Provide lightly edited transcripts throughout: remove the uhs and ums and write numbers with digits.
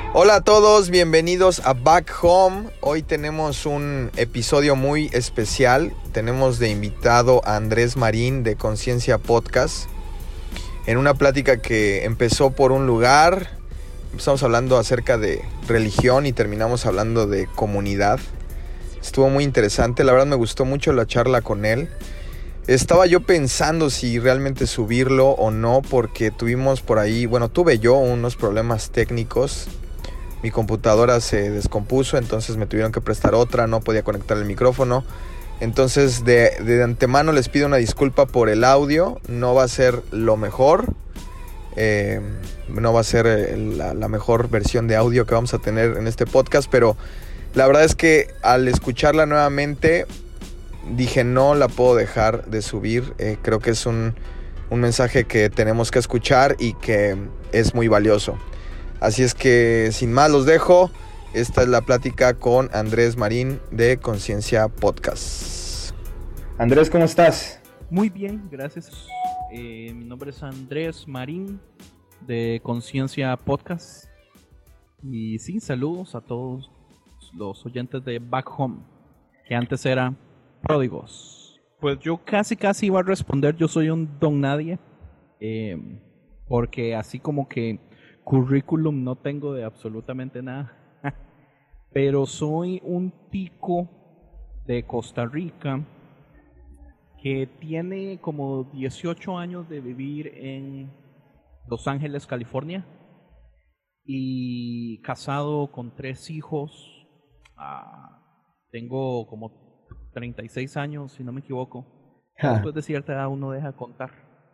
Hola a todos, bienvenidos a Back Home. Hoy tenemos un episodio muy especial. Tenemos de invitado a Andrés Marín de Conciencia Podcast. En una plática que empezó por un lugar, empezamos hablando acerca de religión y terminamos hablando de comunidad. Estuvo muy interesante, la verdad me gustó mucho la charla con él. Estaba yo pensando si realmente subirlo o no, porque tuvimos por ahí, tuve yo unos problemas técnicos. Mi computadora se descompuso, entonces me tuvieron que prestar otra, no podía conectar el micrófono. Entonces de antemano les pido una disculpa por el audio, no va a ser lo mejor. No va a ser la mejor versión de audio que vamos a tener en este podcast, pero la verdad es que al escucharla nuevamente dije no la puedo dejar de subir. Creo que es un mensaje que tenemos que escuchar y que es muy valioso. Así es que sin más los dejo. Esta es la plática con Andrés Marín de Conciencia Podcast. Andrés, ¿cómo estás? Muy bien, gracias. Mi nombre es Andrés Marín de Conciencia Podcast. Y sí, saludos a todos los oyentes de Back Home, que antes era Pródigos. Pues yo casi iba a responder, yo soy un don nadie, porque así como que currículum no tengo de absolutamente nada, pero soy un tico de Costa Rica que tiene como 18 años de vivir en Los Ángeles, California, y casado con 3 hijos. Tengo como 36 años, si no me equivoco. Después de cierta edad uno deja de contar.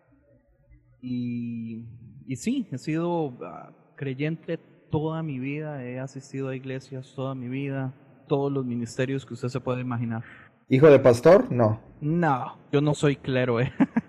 Y sí, he sido creyente toda mi vida, he asistido a iglesias toda mi vida, todos los ministerios que usted se puede imaginar. ¿Hijo de pastor? No. No, yo no soy clero,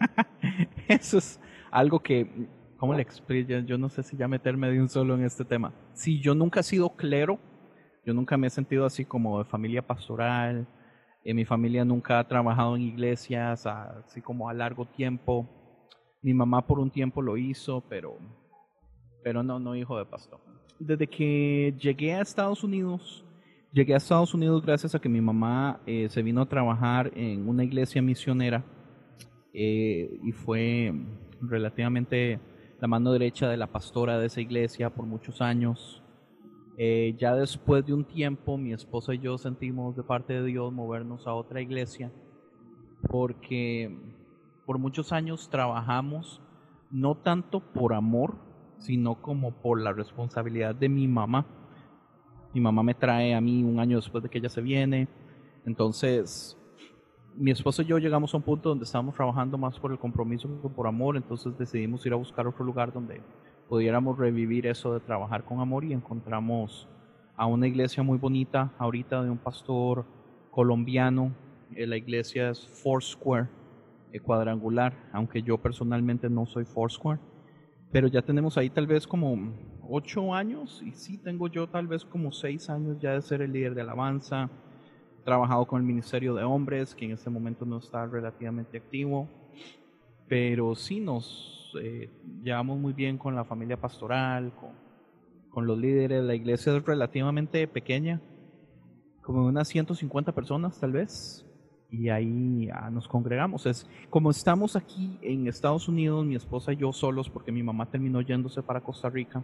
Eso es algo que, ¿cómo le explico? Yo no sé si ya meterme de un solo en este tema. Sí, yo nunca he sido clero, yo nunca me he sentido así como de familia pastoral, mi familia nunca ha trabajado en iglesias así como a largo tiempo. Mi mamá por un tiempo lo hizo, pero no hijo de pastor. Desde que llegué a Estados Unidos gracias a que mi mamá se vino a trabajar en una iglesia misionera y fue relativamente la mano derecha de la pastora de esa iglesia por muchos años. Ya después de un tiempo, mi esposa y yo sentimos de parte de Dios movernos a otra iglesia porque por muchos años trabajamos no tanto por amor, sino como por la responsabilidad de mi mamá. Mi mamá me trae a mí un año después de que ella se viene. Entonces, mi esposo y yo llegamos a un punto donde estábamos trabajando más por el compromiso que por amor. Entonces decidimos ir a buscar otro lugar donde pudiéramos revivir eso de trabajar con amor, y encontramos a una iglesia muy bonita ahorita de un pastor colombiano. La iglesia es Foursquare cuadrangular, aunque yo personalmente no soy Foursquare, pero ya tenemos ahí tal vez como 8 años, y sí tengo yo tal vez como 6 años ya de ser el líder de alabanza. He trabajado con el ministerio de hombres, que en este momento no está relativamente activo, pero sí nos llevamos muy bien con la familia pastoral, con los líderes. La iglesia es relativamente pequeña, como unas 150 personas tal vez, y ahí nos congregamos. Como estamos aquí en Estados Unidos, mi esposa y yo solos, porque mi mamá terminó yéndose para Costa Rica,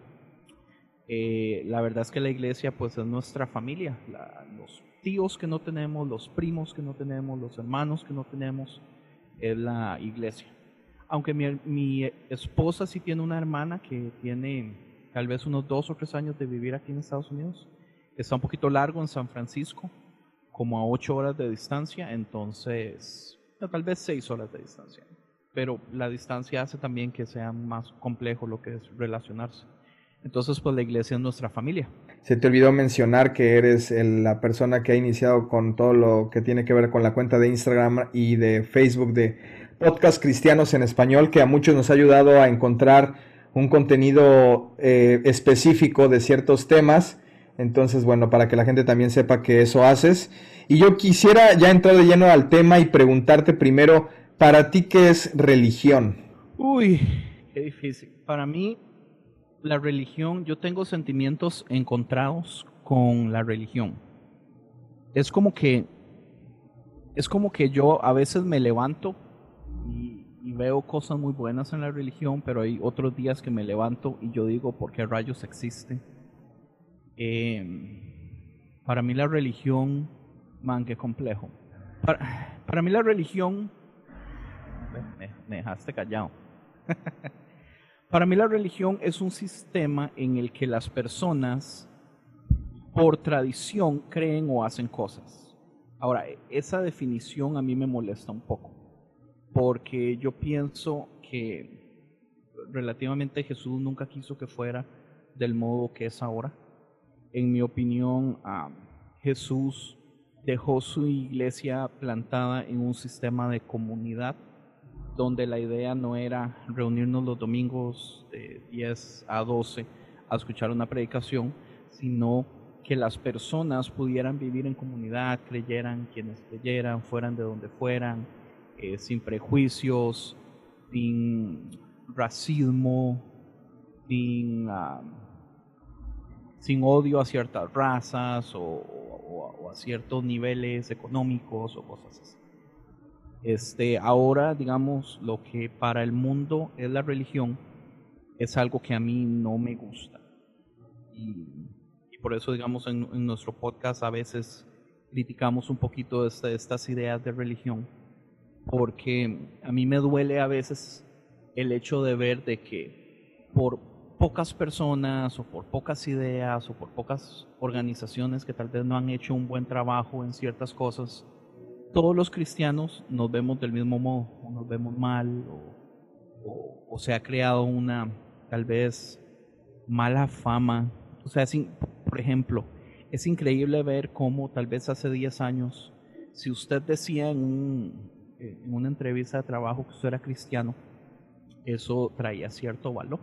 la verdad es que la iglesia pues es nuestra familia. Los tíos que no tenemos, los primos que no tenemos, los hermanos que no tenemos, es la iglesia. Aunque mi esposa sí tiene una hermana que tiene tal vez unos 2 o 3 años de vivir aquí en Estados Unidos. Está un poquito largo en San Francisco, como a 8 horas de distancia, entonces tal vez 6 horas de distancia, pero la distancia hace también que sea más complejo lo que es relacionarse. Entonces pues la iglesia es nuestra familia. Se te olvidó mencionar que eres la persona que ha iniciado con todo lo que tiene que ver con la cuenta de Instagram y de Facebook de Podcast Cristianos en Español, que a muchos nos ha ayudado a encontrar un contenido específico de ciertos temas. Entonces, para que la gente también sepa que eso haces. Y yo quisiera ya entrar de lleno al tema y preguntarte primero, ¿para ti qué es religión? Uy, qué difícil. Para mí, La religión, yo tengo sentimientos encontrados con la religión. Es como que, es como que yo a veces me levanto y veo cosas muy buenas en la religión, pero hay otros días que me levanto y yo digo, ¿por qué rayos existe? Para mí la religión, man, qué complejo. Para mí la religión, me dejaste callado. Para mí la religión es un sistema en el que las personas por tradición creen o hacen cosas. Ahora, esa definición a mí me molesta un poco, porque yo pienso que relativamente Jesús nunca quiso que fuera del modo que es ahora. En mi opinión, Jesús dejó su iglesia plantada en un sistema de comunidad donde la idea no era reunirnos los domingos de 10 a 12 a escuchar una predicación, sino que las personas pudieran vivir en comunidad, creyeran quienes creyeran, fueran de donde fueran, sin prejuicios, sin racismo, sin odio a ciertas razas o a ciertos niveles económicos o cosas así. Ahora, digamos, lo que para el mundo es la religión es algo que a mí no me gusta. Y por eso, digamos, en nuestro podcast a veces criticamos un poquito estas ideas de religión, porque a mí me duele a veces el hecho de ver de que por pocas personas o por pocas ideas o por pocas organizaciones que tal vez no han hecho un buen trabajo en ciertas cosas, todos los cristianos nos vemos del mismo modo, o nos vemos mal, o se ha creado una, tal vez, mala fama. O sea, por ejemplo, es increíble ver cómo tal vez hace 10 años, si usted decía en una entrevista de trabajo que usted era cristiano, eso traía cierto valor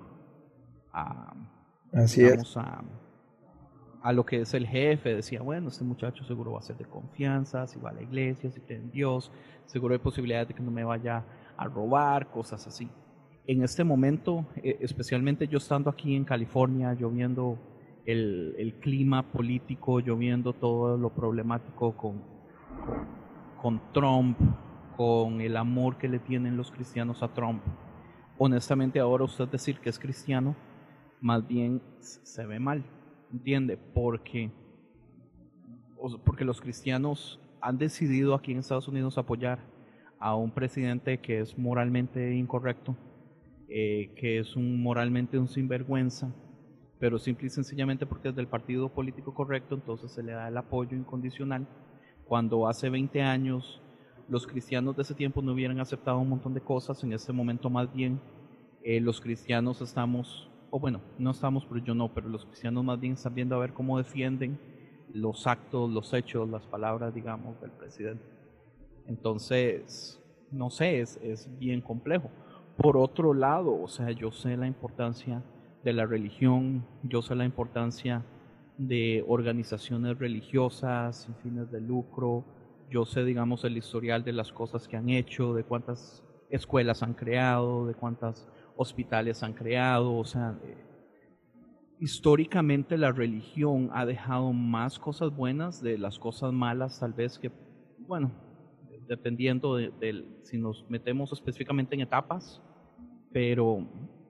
Así es. digamos, a lo que es el jefe. Decía, bueno, este muchacho seguro va a ser de confianza, si va a la iglesia, si cree en Dios, seguro hay posibilidades de que no me vaya a robar, cosas así. En este momento, especialmente yo estando aquí en California, yo viendo el clima político, yo viendo todo lo problemático con Trump, con el amor que le tienen los cristianos a Trump. Honestamente, ahora usted decir que es cristiano, más bien se ve mal. ¿Entiende? Porque los cristianos han decidido aquí en Estados Unidos apoyar a un presidente que es moralmente incorrecto, que es moralmente un sinvergüenza, pero simple y sencillamente porque es del partido político correcto, entonces se le da el apoyo incondicional, cuando hace 20 años los cristianos de ese tiempo no hubieran aceptado un montón de cosas. En este momento más bien los cristianos estamos, o bueno, no estamos, pero yo no, pero los cristianos más bien están viendo a ver cómo defienden los actos, los hechos, las palabras, digamos, del presidente. Entonces, no sé, es bien complejo. Por otro lado, o sea, yo sé la importancia de la religión, yo sé la importancia de organizaciones religiosas sin fines de lucro, yo sé, digamos, el historial de las cosas que han hecho, de cuántas escuelas han creado, de cuántas hospitales han creado. O sea, históricamente la religión ha dejado más cosas buenas de las cosas malas, tal vez, que, bueno, dependiendo si nos metemos específicamente en etapas, pero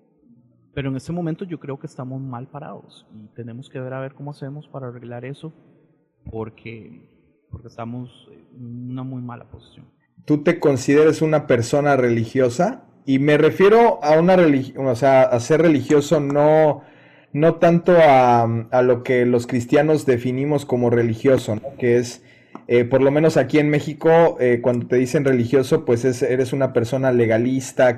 en este momento yo creo que estamos mal parados y tenemos que ver a ver cómo hacemos para arreglar eso, porque estamos en una muy mala posición. ¿Tú te consideras una persona religiosa? Y me refiero a una religión, o sea, a ser religioso no tanto a lo que los cristianos definimos como religioso, ¿no? Que es, por lo menos aquí en México, cuando te dicen religioso, pues eres una persona legalista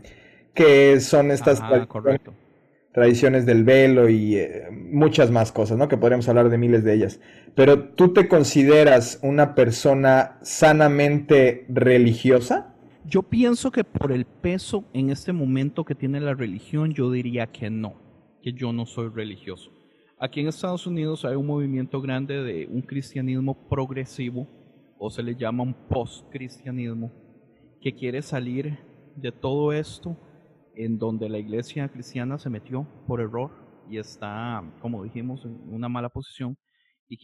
que son estas tradiciones del velo y muchas más cosas, ¿no? Que podríamos hablar de miles de ellas. Pero ¿tú te consideras una persona sanamente religiosa? Yo pienso que por el peso en este momento que tiene la religión, yo diría que no, que yo no soy religioso. Aquí en Estados Unidos hay un movimiento grande de un cristianismo progresivo, o se le llama un post-cristianismo, que quiere salir de todo esto en donde la iglesia cristiana se metió por error y está, como dijimos, en una mala posición y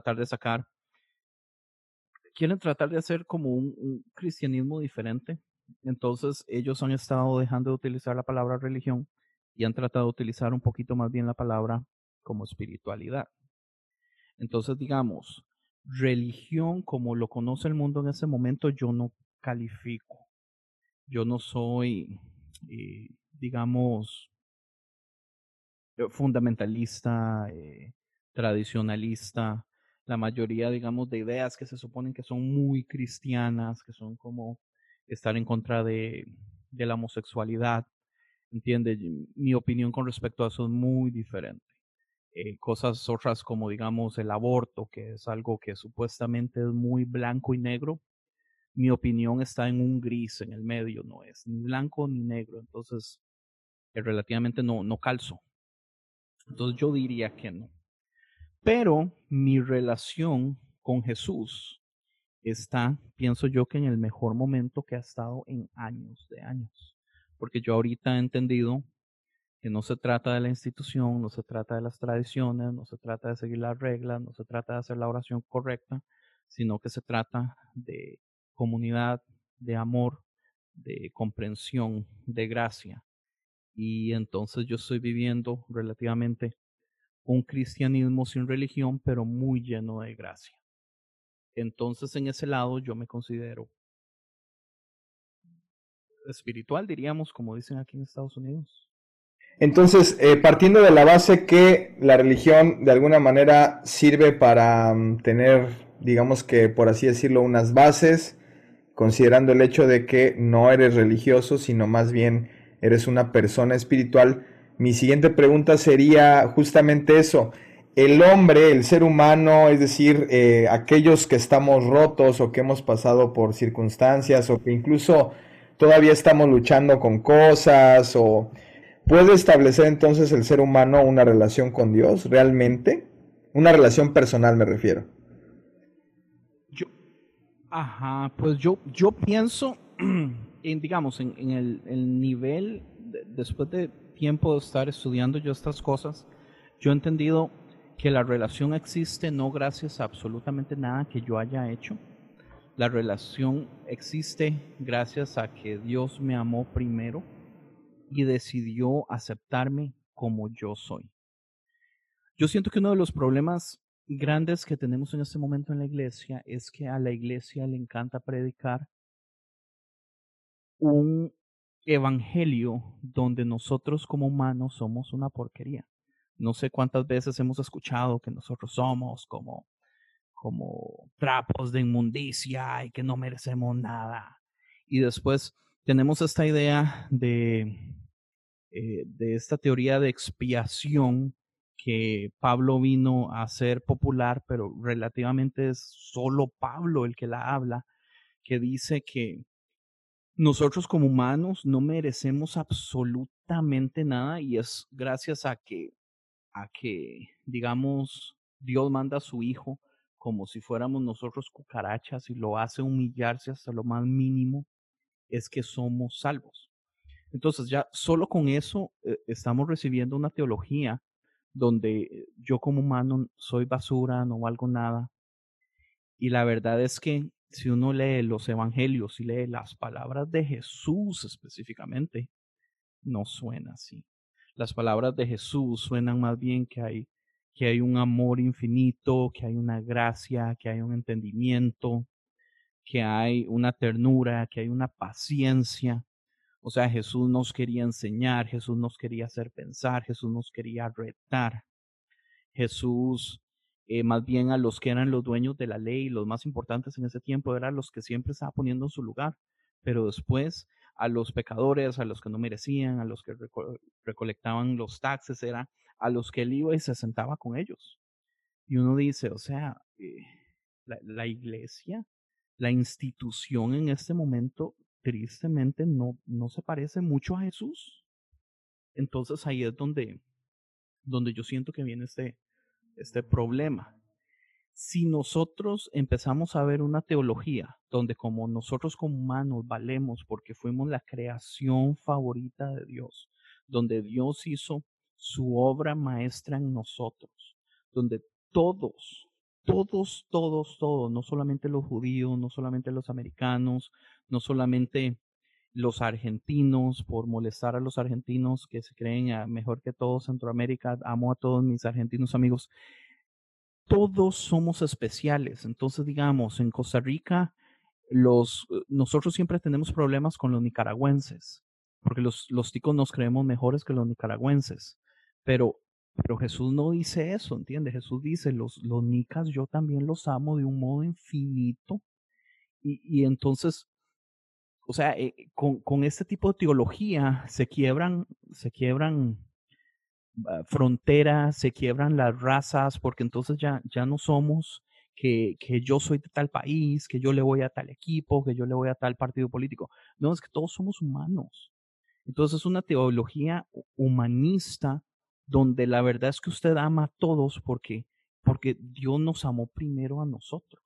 quieren tratar de hacer como un cristianismo diferente. Entonces ellos han estado dejando de utilizar la palabra religión y han tratado de utilizar un poquito más bien la palabra como espiritualidad. Entonces, digamos, religión como lo conoce el mundo en ese momento, yo no califico. Yo no soy, digamos, fundamentalista, tradicionalista. La mayoría, digamos, de ideas que se suponen que son muy cristianas, que son como estar en contra de la homosexualidad, ¿entiendes? Mi opinión con respecto a eso es muy diferente. Cosas otras como, digamos, el aborto, que es algo que supuestamente es muy blanco y negro. Mi opinión está en un gris en el medio, no es ni blanco ni negro, entonces relativamente no calzo. Entonces yo diría que no. Pero mi relación con Jesús está, pienso yo, que en el mejor momento que ha estado en años de años. Porque yo ahorita he entendido que no se trata de la institución, no se trata de las tradiciones, no se trata de seguir las reglas, no se trata de hacer la oración correcta, sino que se trata de comunidad, de amor, de comprensión, de gracia. Y entonces yo estoy viviendo relativamente un cristianismo sin religión, pero muy lleno de gracia. Entonces, en ese lado yo me considero espiritual, diríamos, como dicen aquí en Estados Unidos. Entonces, partiendo de la base que la religión de alguna manera sirve para tener, digamos que por así decirlo, unas bases, considerando el hecho de que no eres religioso, sino más bien eres una persona espiritual, mi siguiente pregunta sería justamente eso. El hombre, el ser humano, es decir, aquellos que estamos rotos o que hemos pasado por circunstancias o que incluso todavía estamos luchando con cosas o ¿puede establecer entonces el ser humano una relación con Dios realmente? Una relación personal me refiero. Yo, ajá, pues yo pienso en, digamos, en el nivel, después de tiempo de estar estudiando yo estas cosas, yo he entendido que la relación existe no gracias a absolutamente nada que yo haya hecho. La relación existe gracias a que Dios me amó primero y decidió aceptarme como yo soy. Yo siento que uno de los problemas grandes que tenemos en este momento en la iglesia es que a la iglesia le encanta predicar un evangelio donde nosotros como humanos somos una porquería. No sé cuántas veces hemos escuchado que nosotros somos como trapos de inmundicia y que no merecemos nada. Y después tenemos esta idea de esta teoría de expiación que Pablo vino a hacer popular, pero relativamente es solo Pablo el que la habla, que dice que nosotros como humanos no merecemos absolutamente nada y es gracias a que, digamos, Dios manda a su Hijo como si fuéramos nosotros cucarachas y lo hace humillarse hasta lo más mínimo, es que somos salvos. Entonces ya solo con eso estamos recibiendo una teología donde yo como humano soy basura, no valgo nada. Y la verdad es que si uno lee los evangelios y lee las palabras de Jesús específicamente, no suena así. Las palabras de Jesús suenan más bien que hay un amor infinito, que hay una gracia, que hay un entendimiento, que hay una ternura, que hay una paciencia. O sea, Jesús nos quería enseñar, Jesús nos quería hacer pensar, Jesús nos quería retar. Jesús, más bien a los que eran los dueños de la ley, los más importantes en ese tiempo, eran los que siempre estaba poniendo en su lugar. Pero después a los pecadores, a los que no merecían, a los que recolectaban los taxes, era a los que él iba y se sentaba con ellos. Y uno dice, o sea, la iglesia, la institución en este momento, tristemente no se parece mucho a Jesús. Entonces ahí es donde yo siento que viene este problema. Si nosotros empezamos a ver una teología donde como nosotros como humanos valemos porque fuimos la creación favorita de Dios, donde Dios hizo su obra maestra en nosotros, donde todos, no solamente los judíos, no solamente los americanos, no solamente los argentinos, por molestar a los argentinos que se creen mejor que todos Centroamérica, amo a todos mis argentinos amigos, todos somos especiales. Entonces, digamos, en Costa Rica, nosotros siempre tenemos problemas con los nicaragüenses, porque los ticos nos creemos mejores que los nicaragüenses. Pero, pero Jesús no dice eso, ¿entiendes? Jesús dice, los nicas yo también los amo de un modo infinito. Y entonces, o sea, con este tipo de teología se quiebran fronteras, se quiebran las razas, porque entonces ya no somos que yo soy de tal país, que yo le voy a tal equipo, que yo le voy a tal partido político. No, es que todos somos humanos. Entonces es una teología humanista donde la verdad es que usted ama a todos porque Dios nos amó primero a nosotros.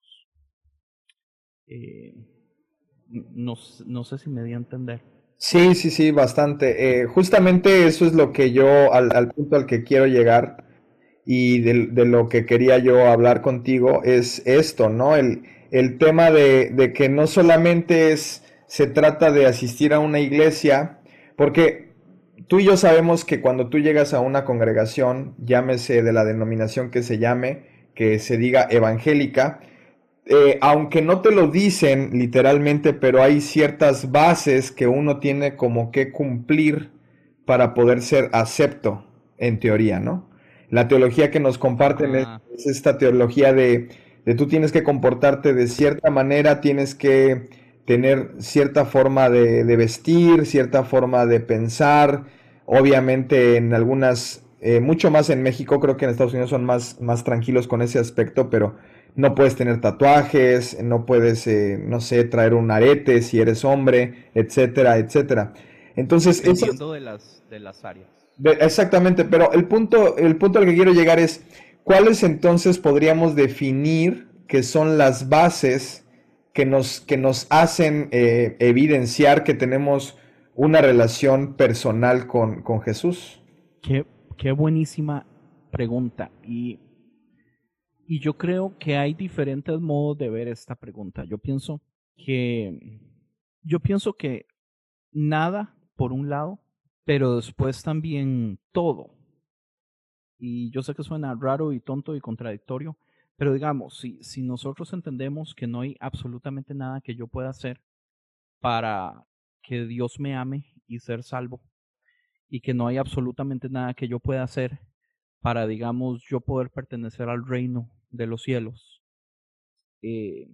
Eh, no sé si me di a entender. Sí, sí, sí, bastante. Justamente eso es lo que yo, al punto al que quiero llegar y de lo que quería yo hablar contigo, es esto, ¿no? El tema de que no solamente se trata de asistir a una iglesia, porque tú y yo sabemos que cuando tú llegas a una congregación, llámese de la denominación que se llame, que se diga evangélica, aunque no te lo dicen literalmente, pero hay ciertas bases que uno tiene como que cumplir para poder ser acepto, en teoría, ¿no? La teología que nos comparten Ajá. es esta teología de tú tienes que comportarte de cierta manera, tienes que tener cierta forma de vestir, cierta forma de pensar, obviamente en algunas, mucho más en México, creo que en Estados Unidos son más tranquilos con ese aspecto, pero no puedes tener tatuajes, no puedes, no sé, traer un arete si eres hombre, etcétera, etcétera. Entonces, eso, Dependiendo de las áreas. exactamente, pero el punto al que quiero llegar es, ¿cuáles entonces podríamos definir que son las bases que nos hacen evidenciar que tenemos una relación personal con Jesús? Qué, qué buenísima pregunta. Y yo creo que hay diferentes modos de ver esta pregunta. Que, yo pienso que nada, por un lado, pero después también todo. Y yo sé que suena raro y tonto y contradictorio, pero digamos, si nosotros entendemos que no hay absolutamente nada que yo pueda hacer para que Dios me ame y ser salvo, y que no hay absolutamente nada que yo pueda hacer para, digamos, yo poder pertenecer al reino de los cielos. Eh,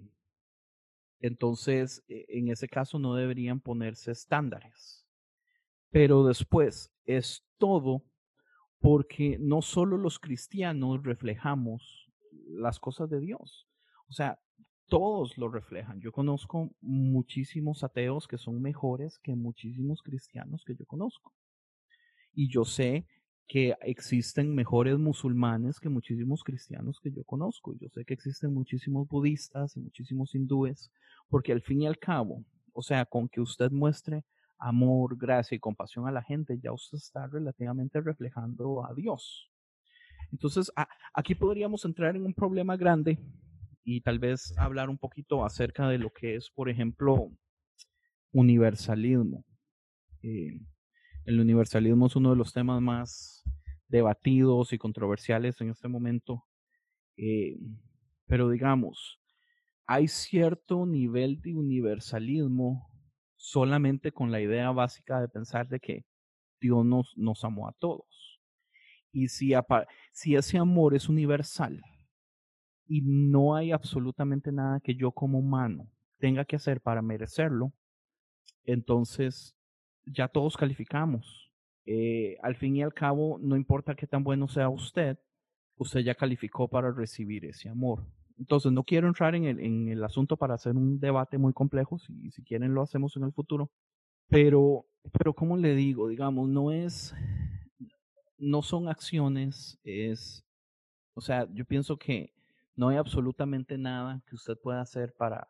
entonces, en ese caso no deberían ponerse estándares. Pero después es todo porque no solo los cristianos reflejamos las cosas de Dios. O sea, todos lo reflejan. Yo conozco muchísimos ateos que son mejores que muchísimos cristianos que yo conozco. Y yo sé que existen mejores musulmanes que muchísimos cristianos que yo conozco. Yo sé que existen muchísimos budistas y muchísimos hindúes, porque al fin y al cabo, o sea, con que usted muestre amor, gracia y compasión a la gente, ya usted está relativamente reflejando a Dios. Entonces, aquí podríamos entrar en un problema grande y tal vez hablar un poquito acerca de lo que es, por ejemplo, universalismo. Eh, el universalismo es uno de los temas más debatidos y controversiales en este momento. eh, pero digamos, hay cierto nivel de universalismo solamente con la idea básica de pensar de que Dios nos amó a todos. Y si ese amor es universal y no hay absolutamente nada que yo como humano tenga que hacer para merecerlo, entonces ya todos calificamos. Al fin y al cabo, no importa qué tan bueno sea usted, usted ya calificó para recibir ese amor. Entonces, no quiero entrar en el asunto para hacer un debate muy complejo, si quieren lo hacemos en el futuro, pero ¿cómo le digo? Digamos, no son acciones, o sea, yo pienso que No hay absolutamente nada que usted pueda hacer para,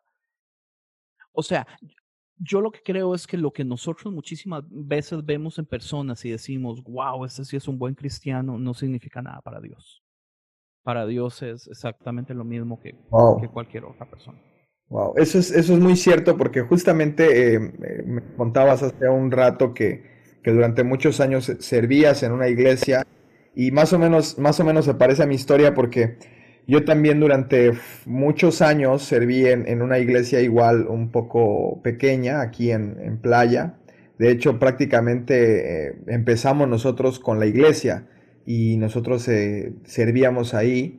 o sea, yo lo que creo es que lo que nosotros muchísimas veces vemos en personas y decimos, wow, este sí es un buen cristiano, no significa nada para Dios. Para Dios es exactamente lo mismo que Wow. cualquier otra persona. Wow, eso es muy cierto porque justamente me contabas hace un rato que durante muchos años servías en una iglesia y más o menos se parece a mi historia porque yo también durante muchos años serví en una iglesia igual un poco pequeña aquí en Playa. De hecho, prácticamente empezamos nosotros con la iglesia y nosotros servíamos ahí.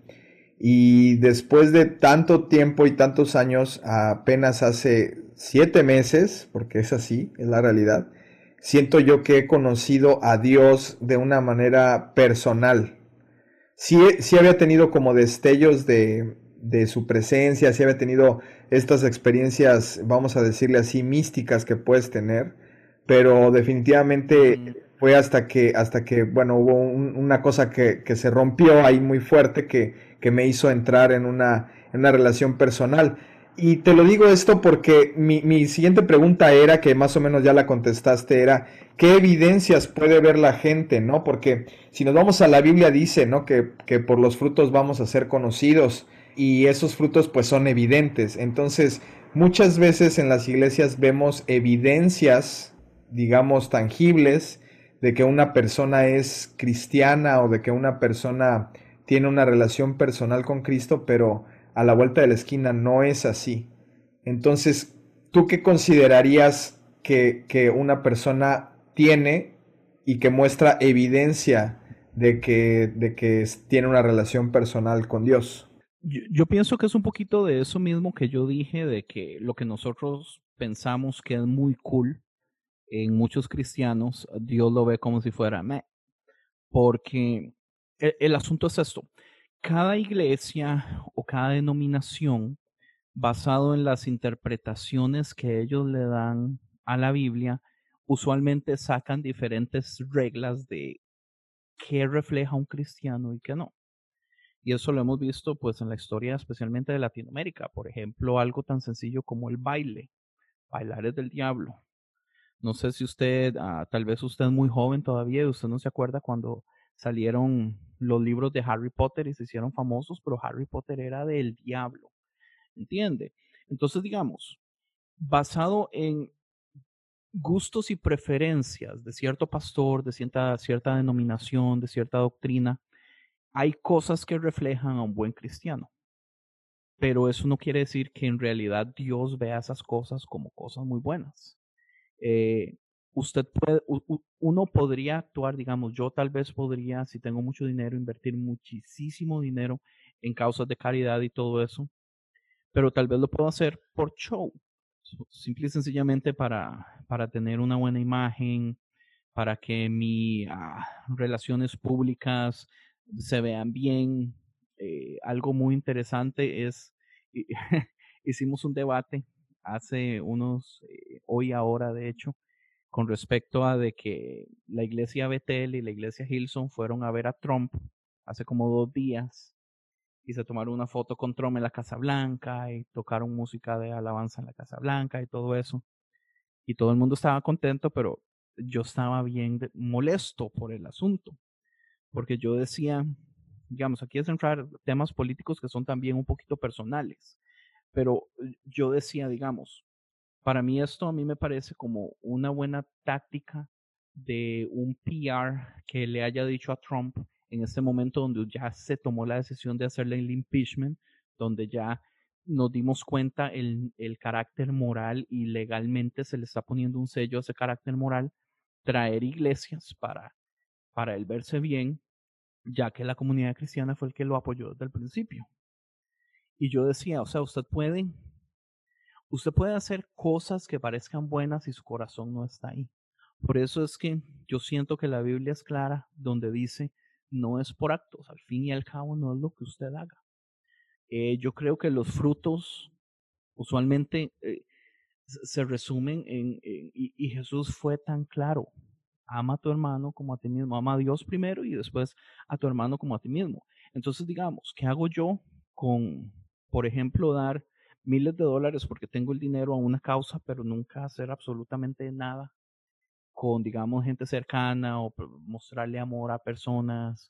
Y después de tanto tiempo y tantos años, apenas hace 7 meses, porque es así, es la realidad, siento yo que he conocido a Dios de una manera personal. Sí, sí había tenido como destellos de su presencia, sí había tenido estas experiencias, vamos a decirle así, místicas que puedes tener, pero definitivamente Ujú. fue hasta que bueno, hubo una cosa que se rompió ahí muy fuerte que me hizo entrar en una relación personal. Y te lo digo esto porque mi siguiente pregunta era, que más o menos ya la contestaste, era, ¿qué evidencias puede ver la gente, no? Porque si nos vamos a la Biblia dice, ¿no? Que por los frutos vamos a ser conocidos y esos frutos pues son evidentes. Entonces, muchas veces en las iglesias vemos evidencias, digamos, tangibles de que una persona es cristiana o de que una persona tiene una relación personal con Cristo, pero a la vuelta de la esquina no es así. Entonces, ¿tú qué considerarías que una persona tiene y que muestra evidencia de que tiene una relación personal con Dios? Yo pienso que es un poquito de eso mismo que yo dije, de que lo que nosotros pensamos que es muy cool en muchos cristianos, Dios lo ve como si fuera meh. Porque el asunto es esto, cada iglesia o cada denominación, basado en las interpretaciones que ellos le dan a la Biblia, usualmente sacan diferentes reglas de qué refleja un cristiano y qué no. Y eso lo hemos visto pues en la historia especialmente de Latinoamérica. Por ejemplo, algo tan sencillo como el baile. Bailar es del diablo. No sé si usted, tal vez usted es muy joven todavía y usted no se acuerda cuando salieron los libros de Harry Potter y se hicieron famosos, pero Harry Potter era del diablo, ¿entiende? Entonces, digamos, basado en gustos y preferencias de cierto pastor, de cierta denominación, de cierta doctrina, hay cosas que reflejan a un buen cristiano, pero eso no quiere decir que en realidad Dios vea esas cosas como cosas muy buenas. eh, Usted puede, uno podría actuar, digamos, yo tal vez podría, si tengo mucho dinero, invertir muchísimo dinero en causas de caridad y todo eso, pero tal vez lo puedo hacer por show, simple y sencillamente para tener una buena imagen, para que mis relaciones públicas se vean bien. Algo muy interesante es, hicimos un debate hace hoy ahora de hecho, con respecto a de que la iglesia Bethel y la iglesia Hillsong fueron a ver a Trump hace como 2 días y se tomaron una foto con Trump en la Casa Blanca y tocaron música de alabanza en la Casa Blanca y todo eso. Y todo el mundo estaba contento, pero yo estaba bien molesto por el asunto, porque yo decía, digamos, aquí es entrar temas políticos que son también un poquito personales, pero yo decía, digamos, para mí esto a mí me parece como una buena táctica de un PR que le haya dicho a Trump en este momento donde ya se tomó la decisión de hacerle el impeachment, donde ya nos dimos cuenta el carácter moral y legalmente se le está poniendo un sello a ese carácter moral, traer iglesias para él verse bien, ya que la comunidad cristiana fue el que lo apoyó desde el principio. Y yo decía, o sea, usted puede hacer cosas que parezcan buenas y su corazón no está ahí. Por eso es que yo siento que la Biblia es clara donde dice, no es por actos, al fin y al cabo no es lo que usted haga. Yo creo que los frutos usualmente se resumen y Jesús fue tan claro, ama a tu hermano como a ti mismo, ama a Dios primero y después a tu hermano como a ti mismo. Entonces digamos, ¿qué hago yo? con, por ejemplo, dar miles de dólares porque tengo el dinero a una causa, pero nunca hacer absolutamente nada con, digamos, gente cercana o mostrarle amor a personas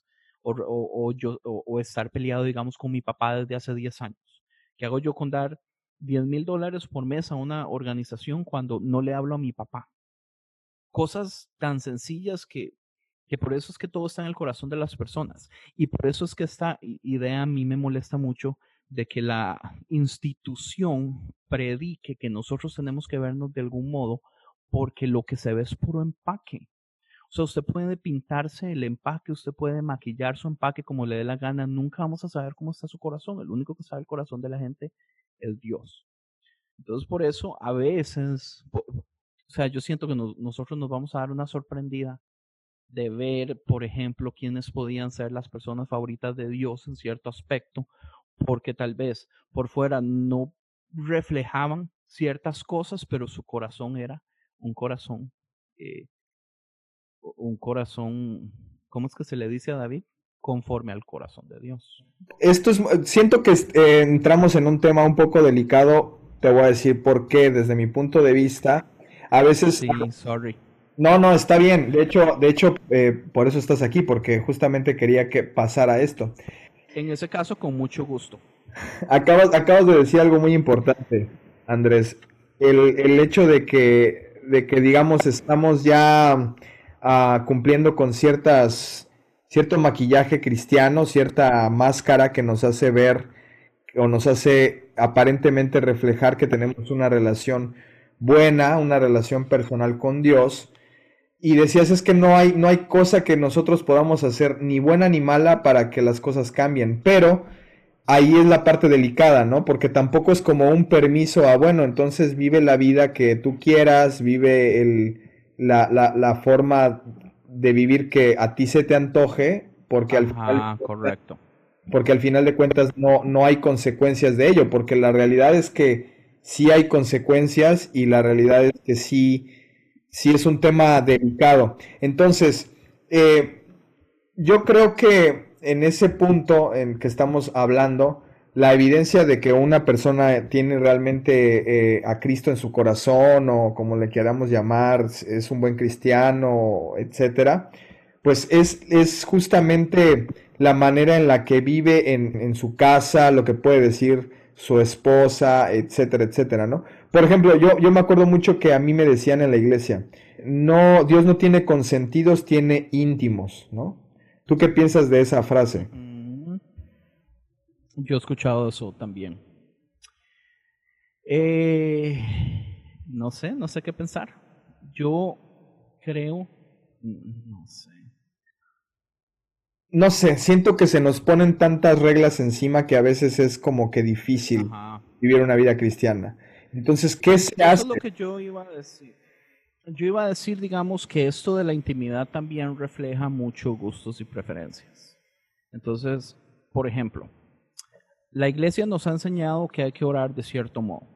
o estar peleado, digamos, con mi papá desde hace 10 años. ¿Qué hago yo con dar $10,000 por mes a una organización cuando no le hablo a mi papá? Cosas tan sencillas que por eso es que todo está en el corazón de las personas. Y por eso es que esta idea a mí me molesta mucho de que la institución predique que nosotros tenemos que vernos de algún modo porque lo que se ve es puro empaque. O sea, usted puede pintarse el empaque, usted puede maquillar su empaque como le dé la gana, nunca vamos a saber cómo está su corazón. El único que sabe el corazón de la gente es Dios. Entonces, por eso, a veces, o sea, yo siento que nosotros nos vamos a dar una sorprendida de ver, por ejemplo, quiénes podían ser las personas favoritas de Dios en cierto aspecto, porque tal vez por fuera no reflejaban ciertas cosas, pero su corazón era un corazón, eh, un corazón, ¿cómo es que se le dice a David? Conforme al corazón de Dios. Siento que entramos en un tema un poco delicado. Te voy a decir por qué, desde mi punto de vista. A veces, Sí, sorry. no, no, está bien. Por eso estás aquí, porque justamente quería que pasara esto. En ese caso, con mucho gusto. Acabas de decir algo muy importante, Andrés. El hecho de que, digamos, estamos ya cumpliendo con cierto maquillaje cristiano, cierta máscara que nos hace ver o nos hace aparentemente reflejar que tenemos una relación buena, una relación personal con Dios. Y decías, es que no hay cosa que nosotros podamos hacer, ni buena ni mala, para que las cosas cambien. Pero ahí es la parte delicada, ¿no? Porque tampoco es como un permiso a, bueno, entonces vive la vida que tú quieras, vive la forma de vivir que a ti se te antoje, Ajá, correcto. porque al final de cuentas no hay consecuencias de ello, porque la realidad es que sí hay consecuencias y la realidad es que sí es un tema delicado. Entonces, yo creo que en ese punto en que estamos hablando, la evidencia de que una persona tiene realmente a Cristo en su corazón o como le queramos llamar, es un buen cristiano, etcétera, pues es justamente la manera en la que vive en su casa, lo que puede decir su esposa, etcétera, etcétera, ¿no? Por ejemplo, yo me acuerdo mucho que a mí me decían en la iglesia, no, Dios no tiene consentidos, tiene íntimos, ¿no? ¿Tú qué piensas de esa frase? Ujú. Yo he escuchado eso también. No sé qué pensar. Yo creo, no sé. No sé, siento que se nos ponen tantas reglas encima que a veces es como que difícil Ajá. vivir una vida cristiana. Entonces, ¿qué se Eso es hace? lo que yo iba a decir. Yo iba a decir, digamos, que esto de la intimidad también refleja mucho gustos y preferencias. Entonces, por ejemplo, la iglesia nos ha enseñado que hay que orar de cierto modo.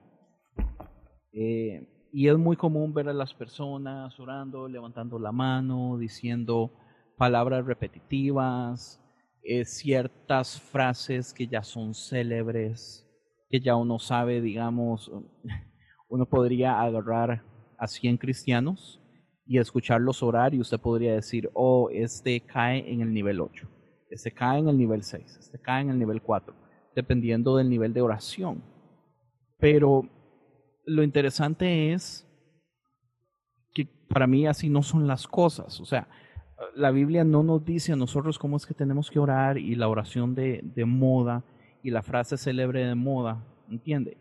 Y es muy común ver a las personas orando, levantando la mano, diciendo palabras repetitivas, ciertas frases que ya son célebres, que ya uno sabe, digamos, uno podría agarrar a 100 cristianos y escucharlos orar y usted podría decir, oh, este cae en el nivel 8, este cae en el nivel 6, este cae en el nivel 4, dependiendo del nivel de oración. Pero lo interesante es que para mí así no son las cosas. O sea, la Biblia no nos dice a nosotros cómo es que tenemos que orar y la oración de moda y la frase célebre de moda, ¿entiende?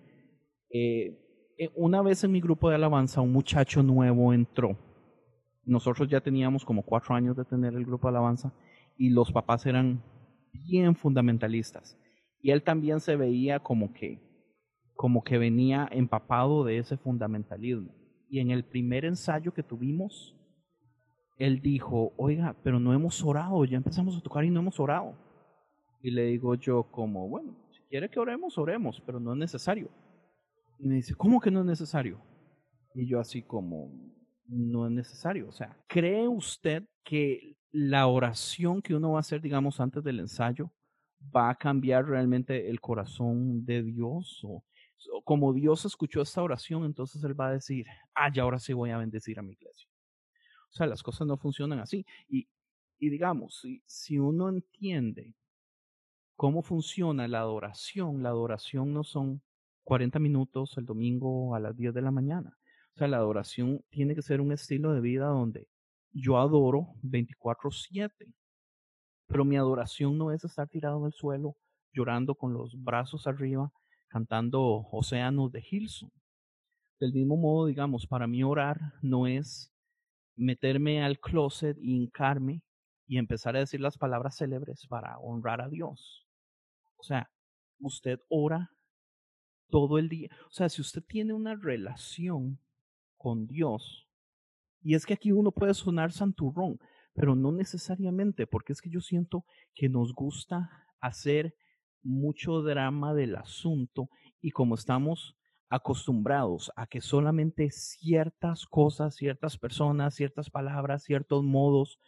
Una vez en mi grupo de alabanza un muchacho nuevo entró. Nosotros ya teníamos como 4 años de tener el grupo de alabanza y los papás eran bien fundamentalistas. Y él también se veía como que venía empapado de ese fundamentalismo. Y en el primer ensayo que tuvimos, él dijo, oiga, pero no hemos orado, ya empezamos a tocar y no hemos orado. Y le digo yo como, bueno, si quiere que oremos, oremos, pero no es necesario. Y me dice, ¿cómo que no es necesario? Y yo así como, no es necesario. O sea, ¿cree usted que la oración que uno va a hacer, digamos, antes del ensayo, va a cambiar realmente el corazón de Dios. O como Dios escuchó esta oración, entonces Él va a decir, ya ahora sí voy a bendecir a mi iglesia. O sea, las cosas no funcionan así. Y digamos, si uno entiende cómo funciona la adoración no son 40 minutos el domingo a las 10 de la mañana. O sea, la adoración tiene que ser un estilo de vida donde yo adoro 24/7. Pero mi adoración no es estar tirado en el suelo, llorando con los brazos arriba, cantando Océanos de Hillsong. Del mismo modo, digamos, para mí orar no es meterme al closet y hincarme y empezar a decir las palabras célebres para honrar a Dios. O sea, usted ora todo el día. O sea, si usted tiene una relación con Dios, y es que aquí uno puede sonar santurrón, pero no necesariamente, porque es que yo siento que nos gusta hacer mucho drama del asunto y como estamos acostumbrados a que solamente ciertas cosas, ciertas personas, ciertas palabras, ciertos modos,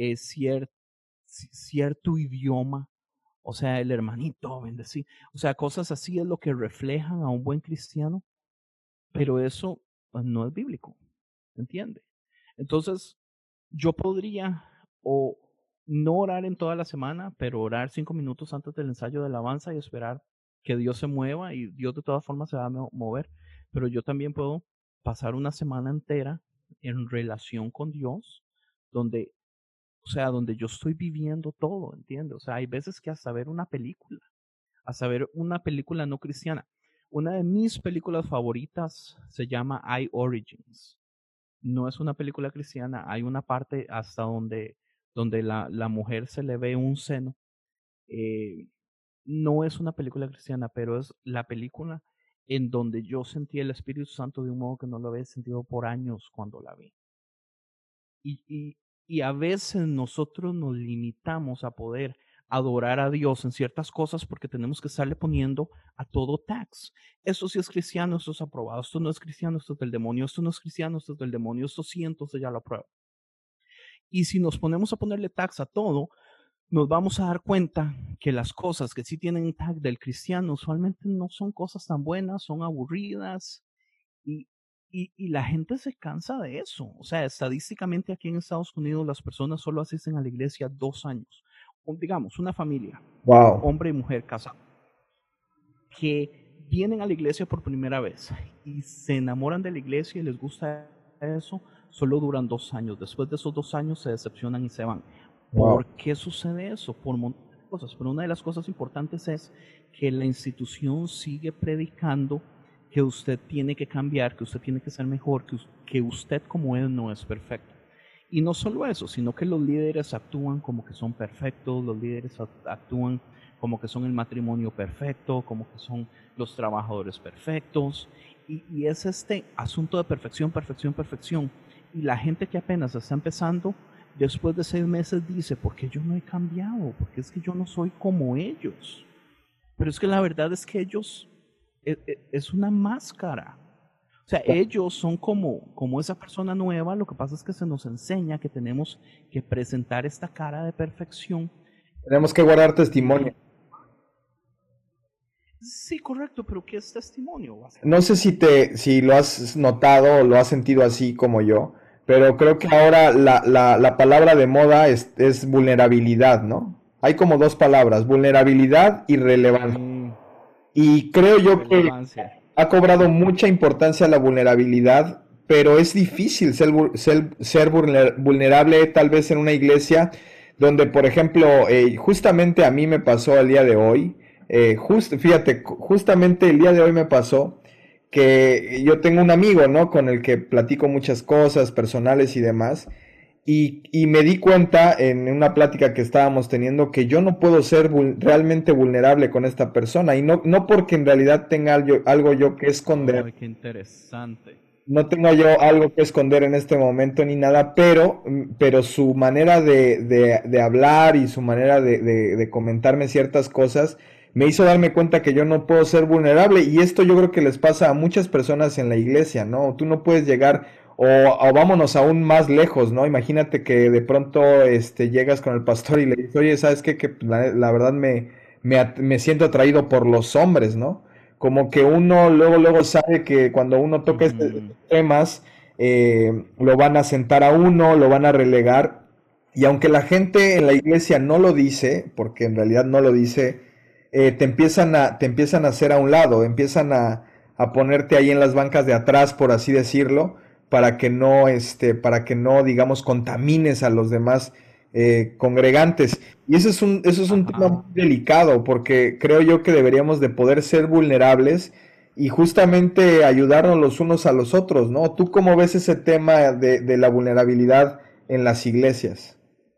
cierto idioma, o sea, el hermanito, bendecir, o sea, cosas así es lo que reflejan a un buen cristiano, pero eso pues, no es bíblico, ¿entiende? Entonces, yo podría o no orar en toda la semana, pero orar 5 minutos antes del ensayo de alabanza y esperar que Dios se mueva y Dios de todas formas se va a mover. Pero yo también puedo pasar una semana entera en relación con Dios, donde, o sea, donde yo estoy viviendo todo, ¿entiendes? O sea, hay veces que hasta ver una película no cristiana. Una de mis películas favoritas se llama I Origins. No es una película cristiana, hay una parte hasta donde la mujer se le ve un seno. No es una película cristiana, pero es la película en donde yo sentí el Espíritu Santo de un modo que no lo había sentido por años cuando la vi. Y a veces nosotros nos limitamos a poder adorar a Dios en ciertas cosas porque tenemos que estarle poniendo a todo tax. Esto sí es cristiano, esto es aprobado, esto no es cristiano, esto es del demonio, esto no es cristiano, esto es del demonio, esto sí, entonces ya lo apruebo. Y si nos ponemos a ponerle tax a todo, nos vamos a dar cuenta que las cosas que sí tienen tag del cristiano usualmente no son cosas tan buenas, son aburridas y la gente se cansa de eso. O sea, estadísticamente aquí en Estados Unidos las personas solo asisten a la iglesia 2 años. Digamos, una familia, Wow. hombre y mujer casados, que vienen a la iglesia por primera vez y se enamoran de la iglesia y les gusta eso, solo duran 2 años. Después de esos 2 años se decepcionan y se van. ¿Por qué sucede eso? Por un montón de cosas, pero una de las cosas importantes es que la institución sigue predicando que usted tiene que cambiar, que usted tiene que ser mejor, que usted como él no es perfecto. Y no solo eso, sino que los líderes actúan como que son perfectos, los líderes actúan como que son el matrimonio perfecto, como que son los trabajadores perfectos. Y es este asunto de perfección, perfección, perfección. Y la gente que apenas está empezando, después de 6 meses dice, ¿por qué yo no he cambiado? Porque es que yo no soy como ellos. Pero es que la verdad es que ellos es una máscara. O sea, ellos son como esa persona nueva, lo que pasa es que se nos enseña que tenemos que presentar esta cara de perfección. Tenemos que guardar testimonio. Sí, correcto, pero ¿qué es testimonio? No sé si lo has notado o lo has sentido así como yo, pero creo que ahora la palabra de moda es vulnerabilidad, ¿no? Hay como 2 palabras, vulnerabilidad y relevancia. Y creo yo que ha cobrado mucha importancia la vulnerabilidad, pero es difícil ser vulnerable tal vez en una iglesia donde, por ejemplo, justamente a mí me pasó el día de hoy, fíjate, justamente el día de hoy me pasó que yo tengo un amigo, ¿no? Con el que platico muchas cosas personales y demás. Y me di cuenta en una plática que estábamos teniendo que yo no puedo ser realmente vulnerable con esta persona. Y no porque en realidad tenga algo yo que esconder. Ay, qué interesante. No tengo yo algo que esconder en este momento ni nada, pero su manera de hablar y su manera de comentarme ciertas cosas me hizo darme cuenta que yo no puedo ser vulnerable. Y esto yo creo que les pasa a muchas personas en la iglesia, ¿no? Tú no puedes llegar, o vámonos aún más lejos, ¿no? Imagínate que de pronto llegas con el pastor y le dices, oye, ¿sabes qué? Que la verdad me siento atraído por los hombres, ¿no? Como que uno luego sabe que cuando uno toca Ujú. estos temas, lo van a sentar a uno, lo van a relegar, y aunque la gente en la iglesia no lo dice, porque en realidad no lo dice, te empiezan a hacer a un lado, empiezan a ponerte ahí en las bancas de atrás, por así decirlo, para que no, digamos, contamines a los demás congregantes. Y eso es un tema muy Ajá. delicado, porque creo yo que deberíamos de poder ser vulnerables y justamente ayudarnos los unos a los otros, ¿no? ¿Tú cómo ves ese tema de la vulnerabilidad en las iglesias?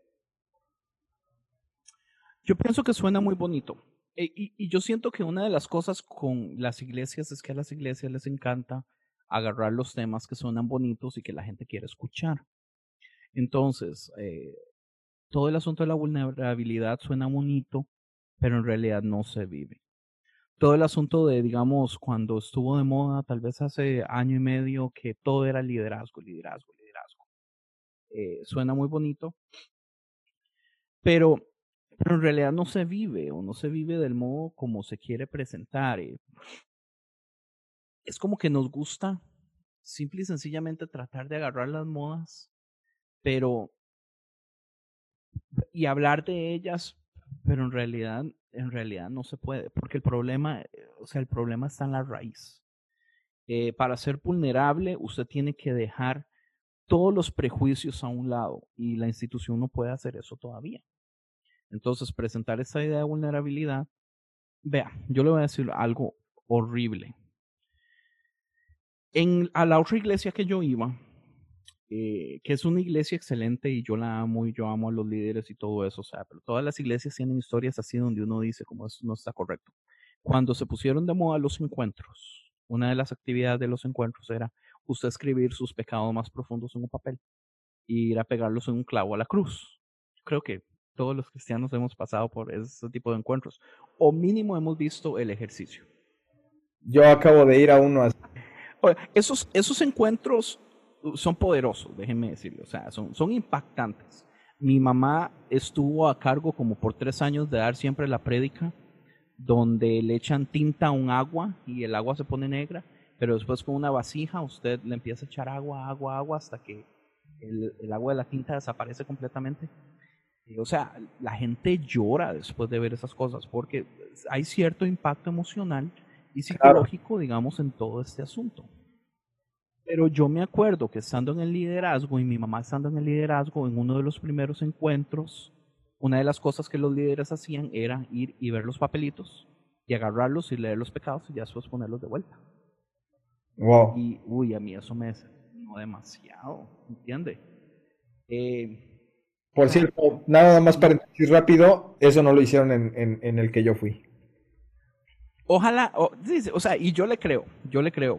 Yo pienso que suena muy bonito. Y yo siento que una de las cosas con las iglesias es que a las iglesias les encanta agarrar los temas que suenan bonitos y que la gente quiere escuchar. Entonces, todo el asunto de la vulnerabilidad suena bonito, pero en realidad no se vive. Todo el asunto de, digamos, cuando estuvo de moda, tal vez hace año y medio, que todo era liderazgo, liderazgo, liderazgo. Suena muy bonito, pero, pero en realidad no se vive o no se vive del modo como se quiere presentar. Es como que nos gusta simple y sencillamente tratar de agarrar las modas, pero y hablar de ellas, pero en realidad no se puede, porque el problema, o sea, el problema está en la raíz. Para ser vulnerable, usted tiene que dejar todos los prejuicios a un lado y la institución no puede hacer eso todavía. Entonces, presentar esa idea de vulnerabilidad, vea, yo le voy a decir algo horrible. A la otra iglesia que yo iba, que es una iglesia excelente y yo la amo y yo amo a los líderes y todo eso, o sea, pero todas las iglesias tienen historias así donde uno dice como esto no está correcto. Cuando se pusieron de moda los encuentros, una de las actividades de los encuentros era usted escribir sus pecados más profundos en un papel y ir a pegarlos en un clavo a la cruz. Creo que todos los cristianos hemos pasado por ese tipo de encuentros, o mínimo hemos visto el ejercicio. Yo acabo de ir a uno así. Esos encuentros son poderosos, déjenme decirle, o sea, son impactantes. Mi mamá estuvo a cargo como por 3 años de dar siempre la prédica, donde le echan tinta a un agua y el agua se pone negra, pero después con una vasija usted le empieza a echar agua, agua, agua hasta que el agua de la tinta desaparece completamente. O sea, la gente llora después de ver esas cosas porque hay cierto impacto emocional y Claro. psicológico, digamos, en todo este asunto. Pero yo me acuerdo que estando en el liderazgo y mi mamá estando en el liderazgo, en uno de los primeros encuentros, una de las cosas que los líderes hacían era ir y ver los papelitos y agarrarlos y leer los pecados y ya después ponerlos de vuelta. Wow. Y, uy, a mí eso me desanimó demasiado, ¿entiende? O Por sea, cierto, nada más no, paréntesis rápido, eso no lo hicieron en el que yo fui. ojalá, sí, sí, o sea, y yo le creo,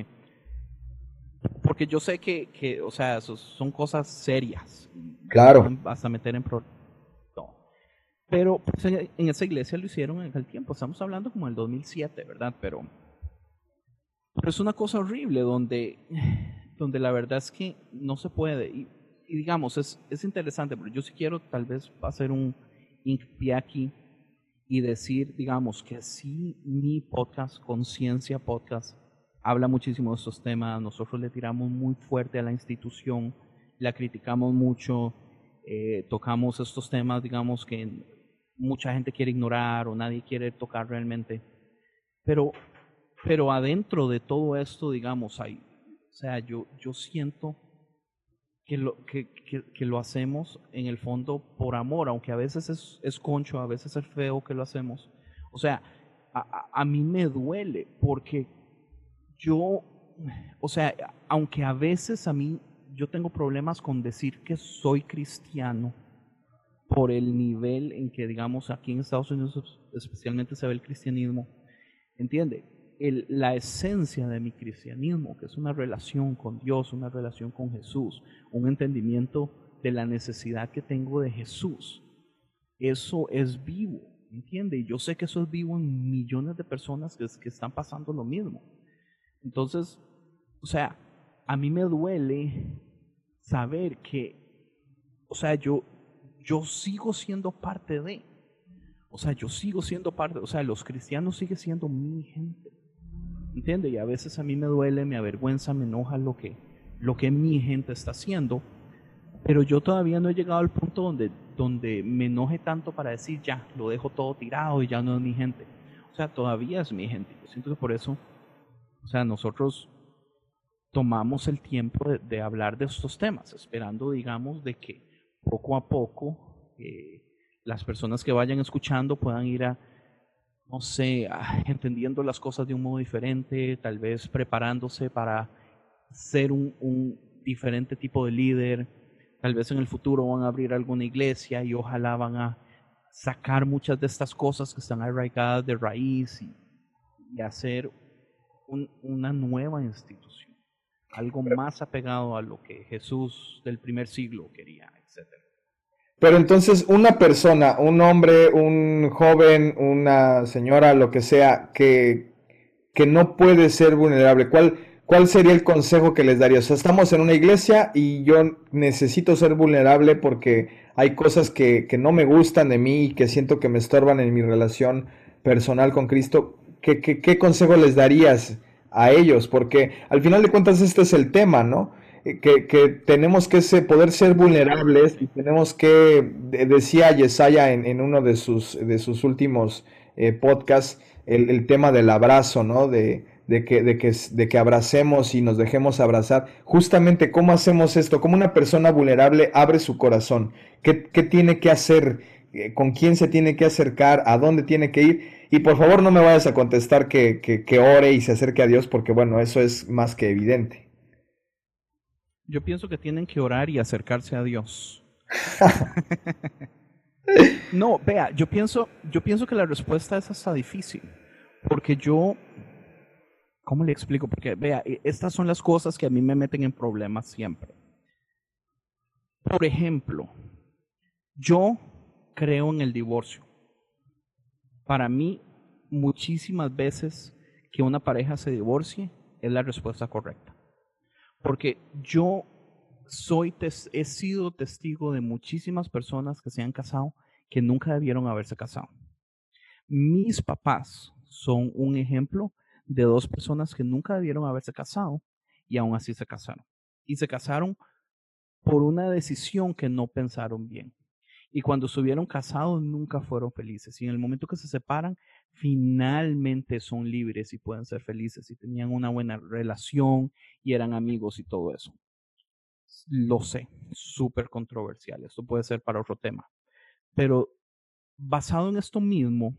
porque yo sé que o sea, son cosas serias y se Claro. pueden hasta meter en problemas. No. Pero pues, en esa iglesia lo hicieron en aquel tiempo. Estamos hablando como el 2007, ¿verdad? Pero es una cosa horrible donde la verdad es que no se puede. Y digamos, es interesante, pero yo sí quiero tal vez hacer un hincapié aquí y decir, digamos, que sí, mi podcast, Conciencia Podcast, habla muchísimo de estos temas. Nosotros le tiramos muy fuerte a la institución, la criticamos mucho, tocamos estos temas, digamos, que mucha gente quiere ignorar o nadie quiere tocar realmente. Pero, pero adentro de todo esto, digamos, o sea, yo siento que lo hacemos en el fondo por amor, aunque a veces es concho, a veces es feo que lo hacemos. O sea, a mí me duele porque yo, o sea, aunque a veces a mí yo tengo problemas con decir que soy cristiano por el nivel en que, digamos, aquí en Estados Unidos especialmente se ve el cristianismo, ¿entiende? La esencia de mi cristianismo, que es una relación con Dios, una relación con Jesús, un entendimiento de la necesidad que tengo de Jesús, eso es vivo, ¿entiende? Y yo sé que eso es vivo en millones de personas que están pasando lo mismo. Entonces, o sea, a mí me duele saber que, o sea, yo sigo siendo parte de, O sea, yo sigo siendo parte, o sea, los cristianos siguen siendo mi gente. ¿Entiende? Y a veces a mí me duele, me avergüenza, me enoja lo que mi gente está haciendo, pero yo todavía no he llegado al punto donde me enoje tanto para decir ya, lo dejo todo tirado y ya no es mi gente. O sea, todavía es mi gente. Yo siento que por eso, o sea, nosotros tomamos el tiempo de hablar de estos temas, esperando, digamos, de que poco a poco las personas que vayan escuchando puedan ir a, no sé, entendiendo las cosas de un modo diferente, tal vez preparándose para ser un diferente tipo de líder. Tal vez en el futuro van a abrir alguna iglesia y ojalá van a sacar muchas de estas cosas que están arraigadas de raíz y hacer una nueva institución, algo más apegado a lo que Jesús del primer siglo quería, etcétera. Pero entonces una persona, un hombre, un joven, una señora, lo que sea, que no puede ser vulnerable, ¿cuál sería el consejo que les daría? O sea, estamos en una iglesia y yo necesito ser vulnerable porque hay cosas que no me gustan de mí y que siento que me estorban en mi relación personal con Cristo. ¿Qué consejo les darías a ellos? Porque al final de cuentas este es el tema, ¿no? Que tenemos que poder ser vulnerables y tenemos que, decía Yesaya en uno de sus últimos podcasts, el tema del abrazo, ¿no? De que abracemos y nos dejemos abrazar. Justamente, ¿cómo hacemos esto? ¿Cómo una persona vulnerable abre su corazón? ¿Qué tiene que hacer? ¿Con quién se tiene que acercar? ¿A dónde tiene que ir? Y por favor no me vayas a contestar que ore y se acerque a Dios, porque bueno, eso es más que evidente. Yo pienso que tienen que orar y acercarse a Dios. No, vea, yo pienso que la respuesta es hasta difícil, porque ¿cómo le explico? Porque vea, estas son las cosas que a mí me meten en problemas siempre. Por ejemplo, yo creo en el divorcio. Para mí, muchísimas veces que una pareja se divorcie es la respuesta correcta. Porque yo he sido testigo de muchísimas personas que se han casado que nunca debieron haberse casado. Mis papás son un ejemplo de dos personas que nunca debieron haberse casado y aún así se casaron. Y se casaron por una decisión que no pensaron bien. Y cuando estuvieron casados nunca fueron felices. Y en el momento que se separan, finalmente son libres y pueden ser felices. Y tenían una buena relación y eran amigos y todo eso. Lo sé, súper controversial. Esto puede ser para otro tema. Pero basado en esto mismo,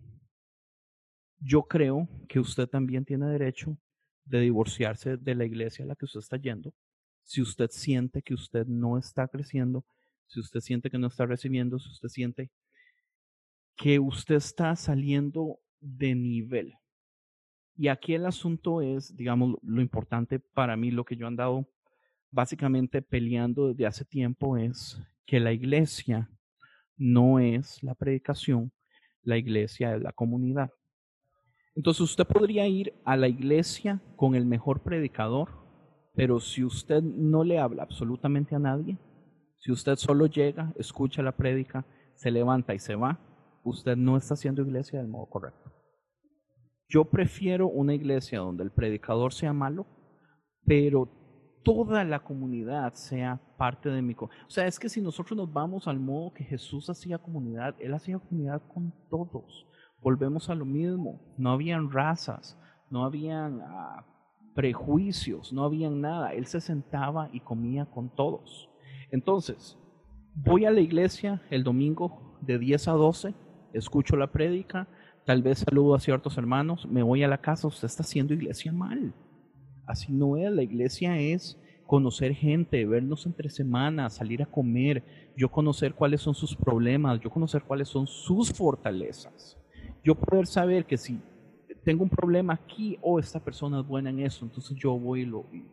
yo creo que usted también tiene derecho de divorciarse de la iglesia a la que usted está yendo. Si usted siente que usted no está creciendo, si usted siente que no está recibiendo, si usted siente que usted está saliendo de nivel. Y aquí el asunto es, digamos, lo importante para mí, lo que yo he andado básicamente peleando desde hace tiempo es que la iglesia no es la predicación, la iglesia es la comunidad. Entonces usted podría ir a la iglesia con el mejor predicador, pero si usted no le habla absolutamente a nadie, si usted solo llega, escucha la prédica, se levanta y se va, usted no está haciendo iglesia del modo correcto. Yo prefiero una iglesia donde el predicador sea malo, pero toda la comunidad sea parte de o sea, es que si nosotros nos vamos al modo que Jesús hacía comunidad, Él hacía comunidad con todos. Volvemos a lo mismo, no habían razas, no habían prejuicios, no habían nada. Él se sentaba y comía con todos. Entonces, voy a la iglesia el domingo de 10 a 12, escucho la prédica, tal vez saludo a ciertos hermanos, me voy a la casa, usted está haciendo iglesia mal. Así no es, la iglesia es conocer gente, vernos entre semanas, salir a comer, yo conocer cuáles son sus problemas, yo conocer cuáles son sus fortalezas. Yo poder saber que si tengo un problema aquí, esta persona es buena en eso, entonces yo voy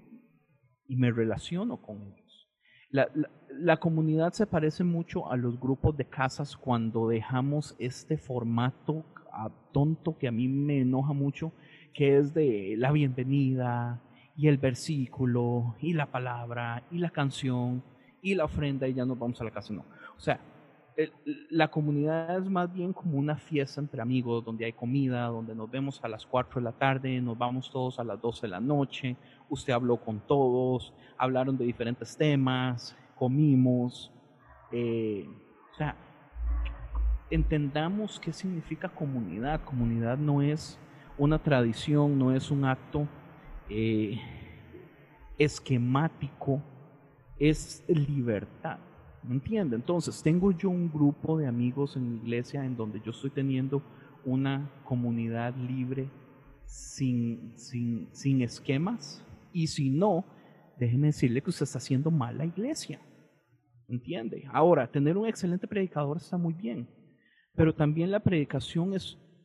y me relaciono con ellos. La comunidad se parece mucho a los grupos de casas cuando dejamos este formato tonto que a mí me enoja mucho, que es de la bienvenida y el versículo y la palabra y la canción y la ofrenda y ya nos vamos a la casa. No, o sea, el- la comunidad es más bien como una fiesta entre amigos, donde hay comida, donde nos vemos a las 4 de la tarde, nos vamos todos a las 12 de la noche, usted habló con todos, hablaron de diferentes temas, comimos, o sea, entendamos qué significa comunidad. Comunidad no es una tradición, no es un acto eh, esquemático, es libertad. ¿Me entiende? Entonces, tengo yo un grupo de amigos en mi iglesia en donde yo estoy teniendo una comunidad libre sin esquemas. Y si no, déjeme decirle que usted está haciendo mal la iglesia. ¿Entiende? Ahora, tener un excelente predicador está muy bien, pero también la predicación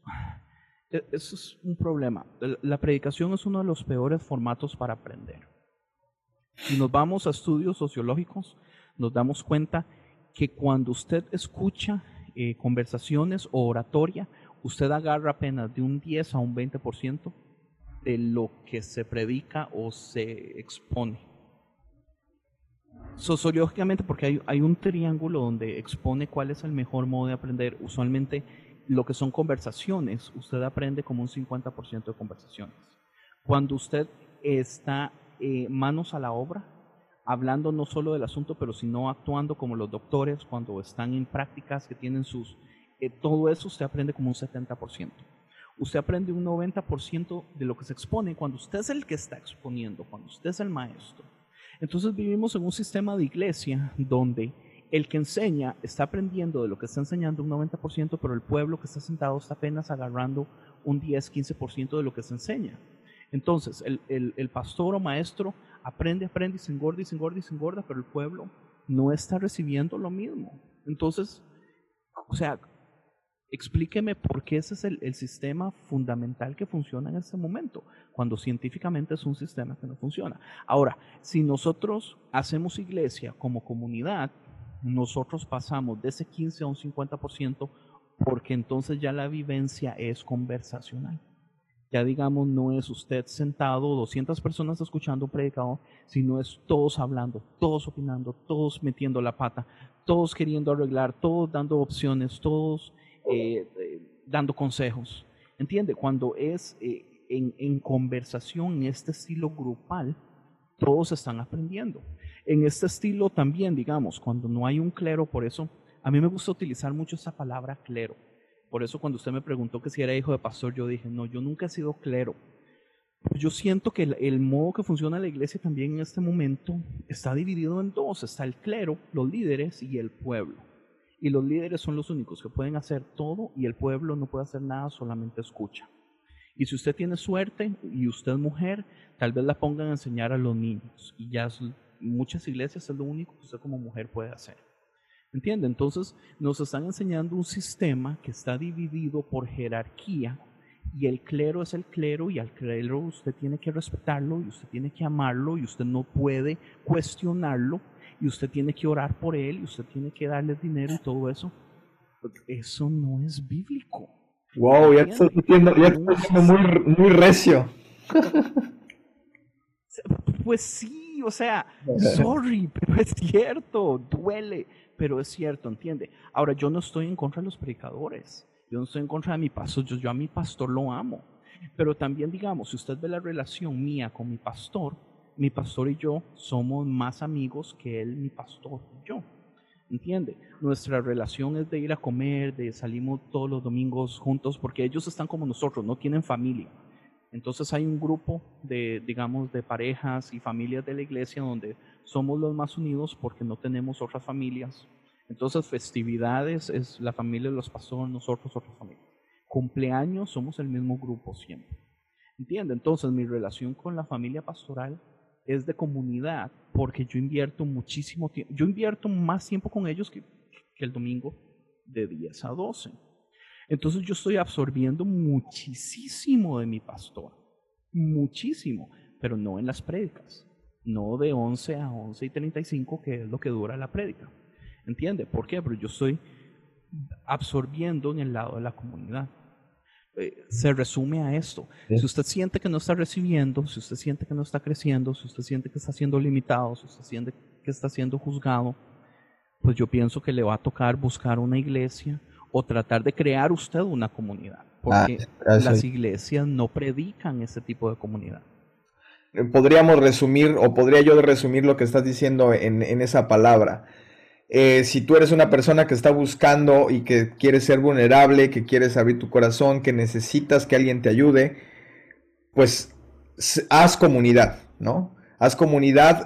eso es un problema. La predicación es uno de los peores formatos para aprender. Si nos vamos a estudios sociológicos, nos damos cuenta que cuando usted escucha conversaciones o oratoria, usted agarra apenas de un 10 a un 20% de lo que se predica o se expone. Sociológicamente, porque hay un triángulo donde expone cuál es el mejor modo de aprender. Usualmente lo que son conversaciones, usted aprende como un 50% de conversaciones. Cuando usted está manos a la obra, hablando no solo del asunto, pero sino actuando como los doctores cuando están en prácticas que tienen sus... todo eso usted aprende como un 70%. Usted aprende un 90% de lo que se expone cuando usted es el que está exponiendo, cuando usted es el maestro. Entonces vivimos en un sistema de iglesia donde el que enseña está aprendiendo de lo que está enseñando un 90%, pero el pueblo que está sentado está apenas agarrando un 10-15% de lo que se enseña. Entonces el pastor o maestro aprende y se engorda y se engorda y se engorda, pero el pueblo no está recibiendo lo mismo. Entonces, o sea, explíqueme por qué ese es el sistema fundamental que funciona en este momento, cuando científicamente es un sistema que no funciona. Ahora, si nosotros hacemos iglesia como comunidad, nosotros pasamos de ese 15 a un 50%, porque entonces ya la vivencia es conversacional. Ya digamos, no es usted sentado, 200 personas escuchando un predicador, sino es todos hablando, todos opinando, todos metiendo la pata, todos queriendo arreglar, todos dando opciones, todos dando consejos. ¿Entiende? Cuando es en conversación, en este estilo grupal, todos están aprendiendo. En este estilo también, digamos, cuando no hay un clero, por eso a mí me gusta utilizar mucho esa palabra clero. Por eso cuando usted me preguntó que si era hijo de pastor, yo dije, no, yo nunca he sido clero. Yo siento que el modo que funciona la iglesia también en este momento está dividido en dos. Está el clero, los líderes y el pueblo. Y los líderes son los únicos que pueden hacer todo y el pueblo no puede hacer nada, solamente escucha. Y si usted tiene suerte y usted es mujer, tal vez la pongan a enseñar a los niños. Y ya muchas iglesias es lo único que usted como mujer puede hacer. ¿Entiende? Entonces nos están enseñando un sistema que está dividido por jerarquía y el clero es el clero y al clero usted tiene que respetarlo y usted tiene que amarlo y usted no puede cuestionarlo y usted tiene que orar por él y usted tiene que darle dinero y todo eso. Eso no es bíblico. Wow, ya estoy diciendo muy recio. Pues sí, o sea, sorry, pero es cierto, duele, pero es cierto, ¿entiende? Ahora, yo no estoy en contra de los predicadores, yo no estoy en contra de mi pastor, yo a mi pastor lo amo, pero también digamos, si usted ve la relación mía con mi pastor y yo somos más amigos que él, mi pastor y yo, ¿entiende? Nuestra relación es de ir a comer, de salimos todos los domingos juntos, porque ellos están como nosotros, no tienen familia. Entonces hay un grupo de, digamos, de parejas y familias de la iglesia donde somos los más unidos porque no tenemos otras familias. Entonces festividades es la familia de los pastores, nosotros otras familias. Cumpleaños somos el mismo grupo siempre. ¿Entiende? Entonces mi relación con la familia pastoral es de comunidad porque yo invierto muchísimo tiempo. Yo invierto más tiempo con ellos que el domingo de 10 a 12. Entonces yo estoy absorbiendo muchísimo de mi pastor, muchísimo, pero no en las prédicas, no de 11 a 11:35, que es lo que dura la prédica. ¿Entiende? ¿Por qué? Pero yo estoy absorbiendo en el lado de la comunidad. Se resume a esto. Si usted siente que no está recibiendo, si usted siente que no está creciendo, si usted siente que está siendo limitado, si usted siente que está siendo juzgado, pues yo pienso que le va a tocar buscar una iglesia o tratar de crear usted una comunidad, porque las iglesias no predican ese tipo de comunidad. Podríamos resumir, o podría yo resumir lo que estás diciendo en esa palabra. Si tú eres una persona que está buscando y que quieres ser vulnerable, que quieres abrir tu corazón, que necesitas que alguien te ayude, pues haz comunidad, ¿no? Haz comunidad,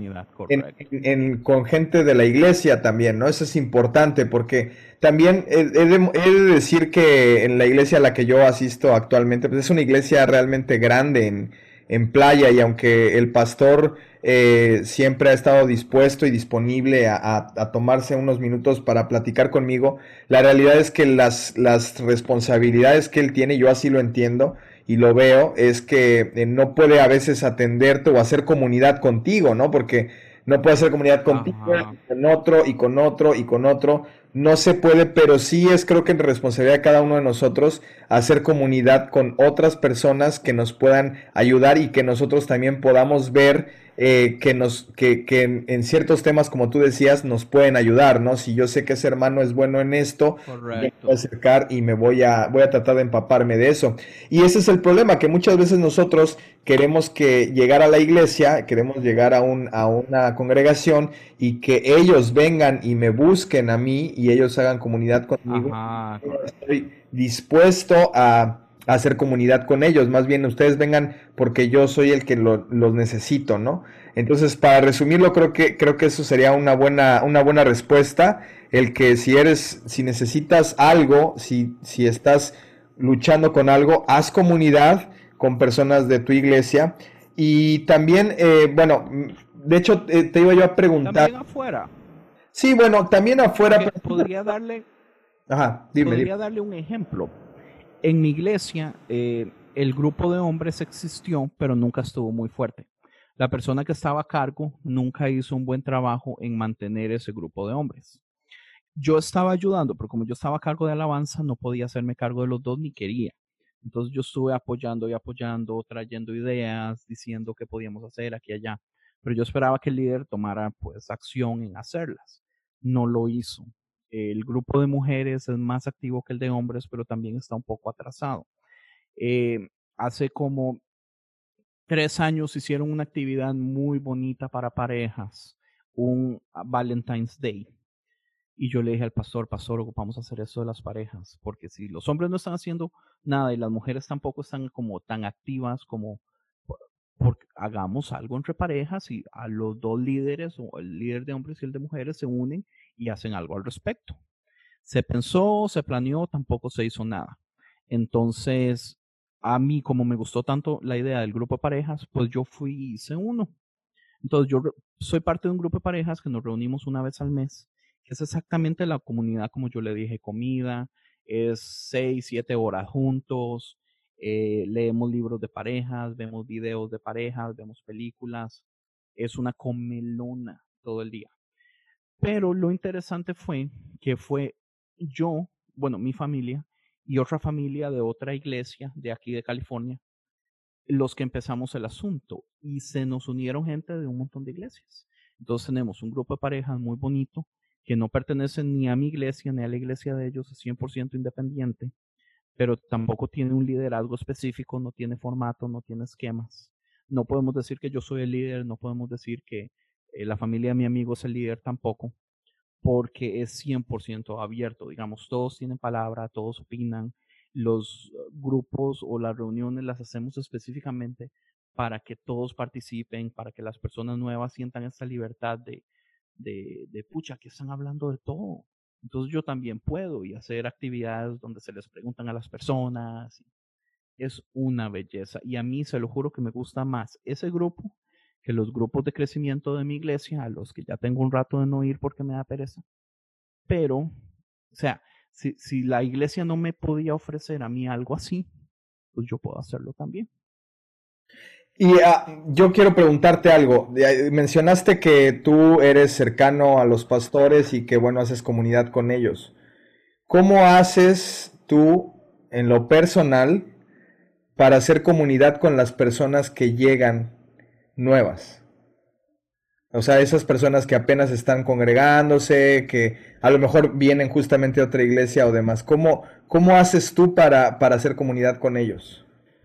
con gente de la iglesia también, ¿no? Eso es importante porque también he de decir que en la iglesia a la que yo asisto actualmente, pues es una iglesia realmente grande en Playa, y aunque el pastor siempre ha estado dispuesto y disponible a tomarse unos minutos para platicar conmigo, la realidad es que las responsabilidades que él tiene, yo así lo entiendo y lo veo, es que no puede a veces atenderte o hacer comunidad contigo, ¿no? Porque no puede hacer comunidad contigo, con otro y con otro y con otro. No se puede, pero sí es, creo que en responsabilidad de cada uno de nosotros hacer comunidad con otras personas que nos puedan ayudar y que nosotros también podamos ver que en ciertos temas, como tú decías, nos pueden ayudar, ¿no? Si yo sé que ese hermano es bueno en esto, me voy a acercar y voy a tratar de empaparme de eso. Y ese es el problema, que muchas veces nosotros queremos llegar a la iglesia, queremos llegar a una congregación y que ellos vengan y me busquen a mí y ellos hagan comunidad conmigo. Estoy dispuesto a hacer comunidad con ellos, más bien ustedes vengan porque yo soy el que los necesito, ¿no? Entonces, para resumirlo, creo que eso sería una buena respuesta, el que si necesitas algo, si estás luchando con algo, haz comunidad con personas de tu iglesia. Y también, bueno, de hecho, te iba yo a preguntar. También afuera. Sí, bueno, también afuera. Pero podría darle. Ajá, dime. Podría darle un ejemplo. En mi iglesia, el grupo de hombres existió, pero nunca estuvo muy fuerte. La persona que estaba a cargo nunca hizo un buen trabajo en mantener ese grupo de hombres. Yo estaba ayudando, pero como yo estaba a cargo de alabanza, no podía hacerme cargo de los dos ni quería. Entonces yo estuve apoyando, trayendo ideas, diciendo qué podíamos hacer aquí y allá. Pero yo esperaba que el líder tomara pues acción en hacerlas. No lo hizo. El grupo de mujeres es más activo que el de hombres, pero también está un poco atrasado. Hace como 3 años hicieron una actividad muy bonita para parejas, un Valentine's Day. Y yo le dije al pastor, ocupamos hacer eso de las parejas, porque si los hombres no están haciendo nada y las mujeres tampoco están como tan activas como, porque hagamos algo entre parejas y a los dos líderes, o el líder de hombres y el de mujeres, se unen y hacen algo al respecto. Se pensó, se planeó, tampoco se hizo nada. Entonces, a mí, como me gustó tanto la idea del grupo de parejas, pues yo fui y hice uno. Entonces, yo soy parte de un grupo de parejas que nos reunimos una vez al mes, que es exactamente la comunidad, como yo le dije, comida, es 6, 7 horas juntos, leemos libros de parejas, vemos videos de parejas, vemos películas, es una comelona todo el día. Pero lo interesante fue que fue yo, bueno, mi familia y otra familia de otra iglesia de aquí de California, los que empezamos el asunto, y se nos unieron gente de un montón de iglesias. Entonces tenemos un grupo de parejas muy bonito que no pertenece ni a mi iglesia ni a la iglesia de ellos, es 100% independiente, pero tampoco tiene un liderazgo específico, no tiene formato, no tiene esquemas. No podemos decir que yo soy el líder, no podemos decir que la familia de mi amigo es el líder tampoco, porque es 100% abierto. Digamos, todos tienen palabra, todos opinan. Los grupos o las reuniones las hacemos específicamente para que todos participen, para que las personas nuevas sientan esta libertad de pucha, que están hablando de todo. Entonces yo también puedo y hacer actividades donde se les preguntan a las personas. Es una belleza. Y a mí, se lo juro, que me gusta más ese grupo que los grupos de crecimiento de mi iglesia, a los que ya tengo un rato de no ir porque me da pereza. Pero, o sea, si la iglesia no me podía ofrecer a mí algo así, pues yo puedo hacerlo también. Y yo quiero preguntarte algo. Mencionaste que tú eres cercano a los pastores y que, bueno, haces comunidad con ellos. ¿Cómo haces tú, en lo personal, para hacer comunidad con las personas que llegan nuevas? O sea, esas personas que apenas están congregándose, que a lo mejor vienen justamente a otra iglesia o demás. ¿Cómo haces tú para hacer comunidad con ellos?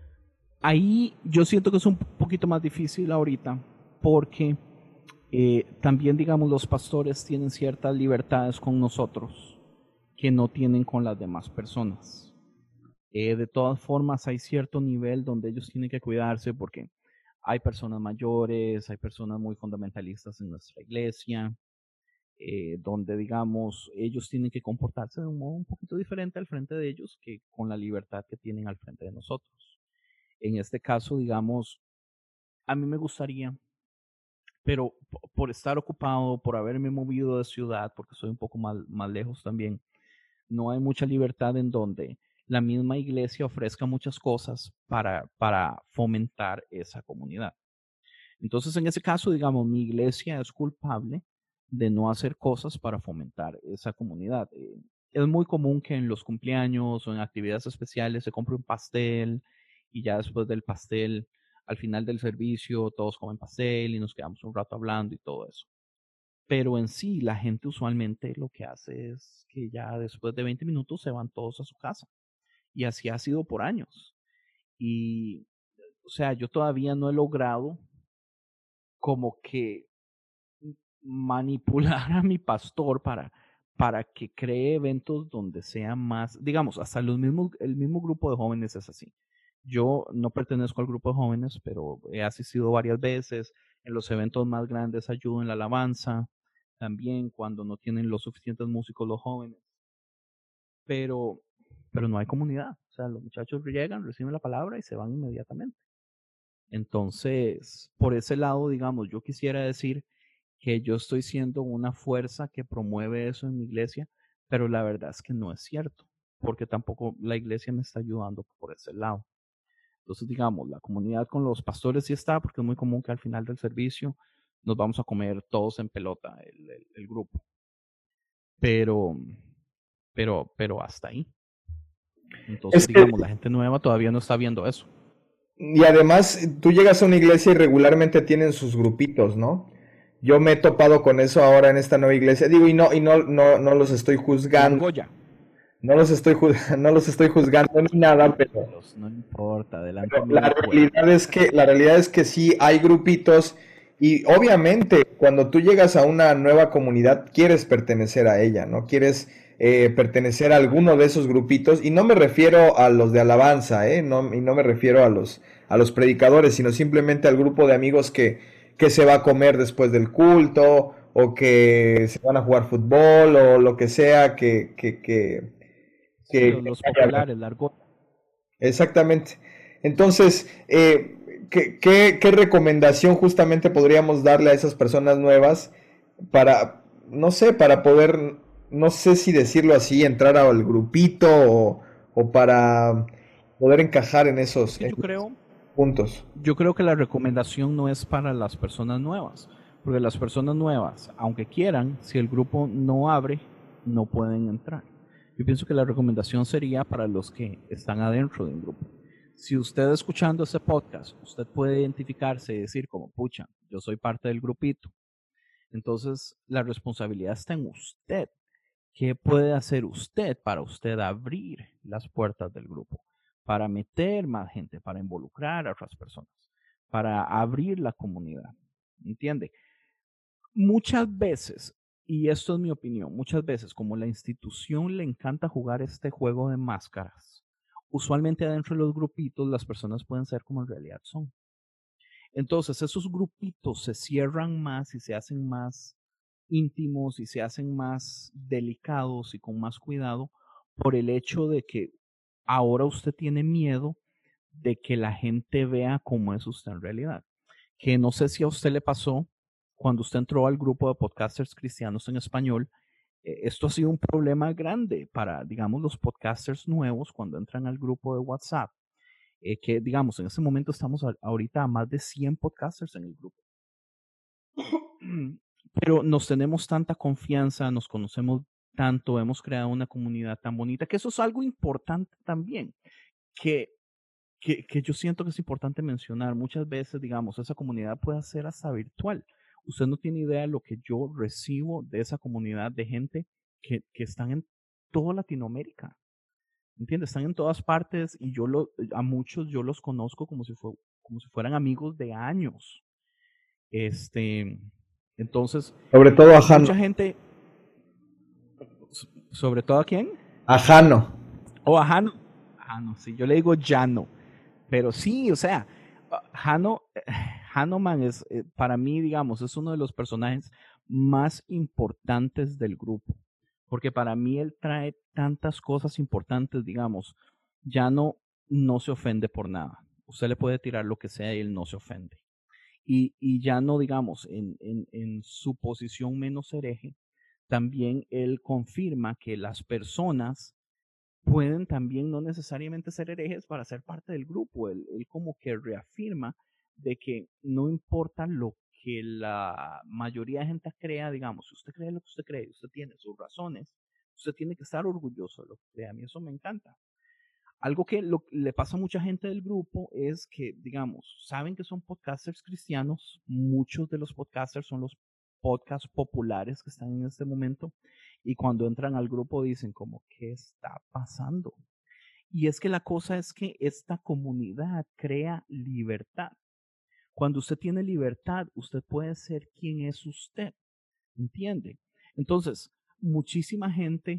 Ahí yo siento que es un poquito más difícil ahorita porque también, digamos, los pastores tienen ciertas libertades con nosotros que no tienen con las demás personas. De todas formas, hay cierto nivel donde ellos tienen que cuidarse porque hay personas mayores, hay personas muy fundamentalistas en nuestra iglesia, donde, digamos, ellos tienen que comportarse de un modo un poquito diferente al frente de ellos que con la libertad que tienen al frente de nosotros. En este caso, digamos, a mí me gustaría, pero por estar ocupado, por haberme movido de ciudad, porque soy un poco más lejos también, no hay mucha libertad en donde la misma iglesia ofrezca muchas cosas para fomentar esa comunidad. Entonces, en ese caso, digamos, mi iglesia es culpable de no hacer cosas para fomentar esa comunidad. Es muy común que en los cumpleaños o en actividades especiales se compre un pastel y ya después del pastel, al final del servicio, todos comen pastel y nos quedamos un rato hablando y todo eso. Pero en sí, la gente usualmente lo que hace es que ya después de 20 minutos se van todos a su casa. Y así ha sido por años. Y, o sea, yo todavía no he logrado como que manipular a mi pastor para que cree eventos donde sea más, digamos, hasta el mismo grupo de jóvenes es así. Yo no pertenezco al grupo de jóvenes, pero he asistido varias veces. En los eventos más grandes ayudo en la alabanza, también cuando no tienen los suficientes músicos los jóvenes. Pero, pero no hay comunidad. O sea, los muchachos llegan, reciben la palabra y se van inmediatamente. Entonces, por ese lado, digamos, yo quisiera decir que yo estoy siendo una fuerza que promueve eso en mi iglesia, pero la verdad es que no es cierto, porque tampoco la iglesia me está ayudando por ese lado. Entonces, digamos, la comunidad con los pastores sí está, porque es muy común que al final del servicio nos vamos a comer todos en pelota, el grupo, pero, pero hasta ahí. Entonces, Es que, digamos, la gente nueva todavía no está viendo eso. y además, tú llegas a una iglesia y regularmente tienen sus grupitos, ¿no? Yo me he topado con eso ahora en esta nueva iglesia. Digo, no los estoy La juzgando, argolla. no los estoy juzgando ni nada, pero Júzguelos, no importa, adelante mío la puede. realidad es que sí hay grupitos y obviamente cuando tú llegas a una nueva comunidad quieres pertenecer a ella, ¿no? Quieres pertenecer a alguno de esos grupitos y no me refiero a los de alabanza, ¿eh? No, y no me refiero a los predicadores, sino simplemente al grupo de amigos que se va a comer después del culto o que se van a jugar fútbol o lo que sea Sí, que los haya. populares, la argolla. Exactamente. Entonces, ¿qué recomendación justamente podríamos darle a esas personas nuevas para, no sé, para poder, no sé si decirlo así, entrar al grupito o para poder encajar Es que en yo esos creo, puntos? yo creo que la recomendación no es para las personas nuevas, porque las personas nuevas, aunque quieran, si el grupo no abre, no pueden entrar. Yo pienso que la recomendación sería para los que están adentro de un grupo. Si usted escuchando este podcast, usted puede identificarse y decir como, pucha, yo soy parte del grupito, entonces la responsabilidad está en usted. ¿Qué puede hacer usted para usted abrir las puertas del grupo? Para meter más gente, para involucrar a otras personas, para abrir la comunidad. ¿Entiende? Muchas veces, y esto es mi opinión, muchas veces como la institución le encanta jugar este juego de máscaras, usualmente adentro de los grupitos las personas pueden ser como en realidad son. Entonces esos grupitos se cierran más y se hacen más íntimos y se hacen más delicados y con más cuidado por el hecho de que ahora usted tiene miedo de que la gente vea cómo es usted en realidad. Que no sé si a usted le pasó cuando usted entró al grupo de podcasters cristianos en español. Esto ha sido un problema grande para, digamos, los podcasters nuevos cuando entran al grupo de WhatsApp. Que, digamos, en ese momento estamos ahorita a más de 100 podcasters en el grupo. Pero nos tenemos tanta confianza, nos conocemos tanto, hemos creado una comunidad tan bonita, que eso es algo importante también, que, que yo siento que es importante mencionar. Muchas veces, digamos, esa comunidad puede ser hasta virtual. Usted no tiene idea de lo que yo recibo de esa comunidad de gente que están en toda Latinoamérica. ¿Entiendes? Están en todas partes y a muchos yo los conozco como si fueran amigos de años. Entonces, Sobre todo a Jano. mucha gente, ¿sobre todo a quién? A Jano. O a Jano. Sí, yo le digo Jano. Pero sí, o sea, Hanuman es, para mí, digamos, es uno de los personajes más importantes del grupo. Porque para mí él trae tantas cosas importantes, digamos. Jano no se ofende por nada. Usted le puede tirar lo que sea y él no se ofende. Y Jano, digamos, en su posición menos hereje, también él confirma que las personas pueden también no necesariamente ser herejes para ser parte del grupo. Él como que reafirma de que no importa lo que la mayoría de gente crea, digamos, si usted cree lo que usted cree, usted tiene sus razones, usted tiene que estar orgulloso de lo que cree. A mí eso me encanta. Algo que le pasa a mucha gente del grupo es que, digamos, saben que son podcasters cristianos, muchos de los podcasters son los podcasts populares que están en este momento, y cuando entran al grupo dicen como, ¿qué está pasando? Y es que la cosa es que esta comunidad crea libertad. Cuando usted tiene libertad, usted puede ser quien es usted, ¿entiende? Entonces, muchísima gente,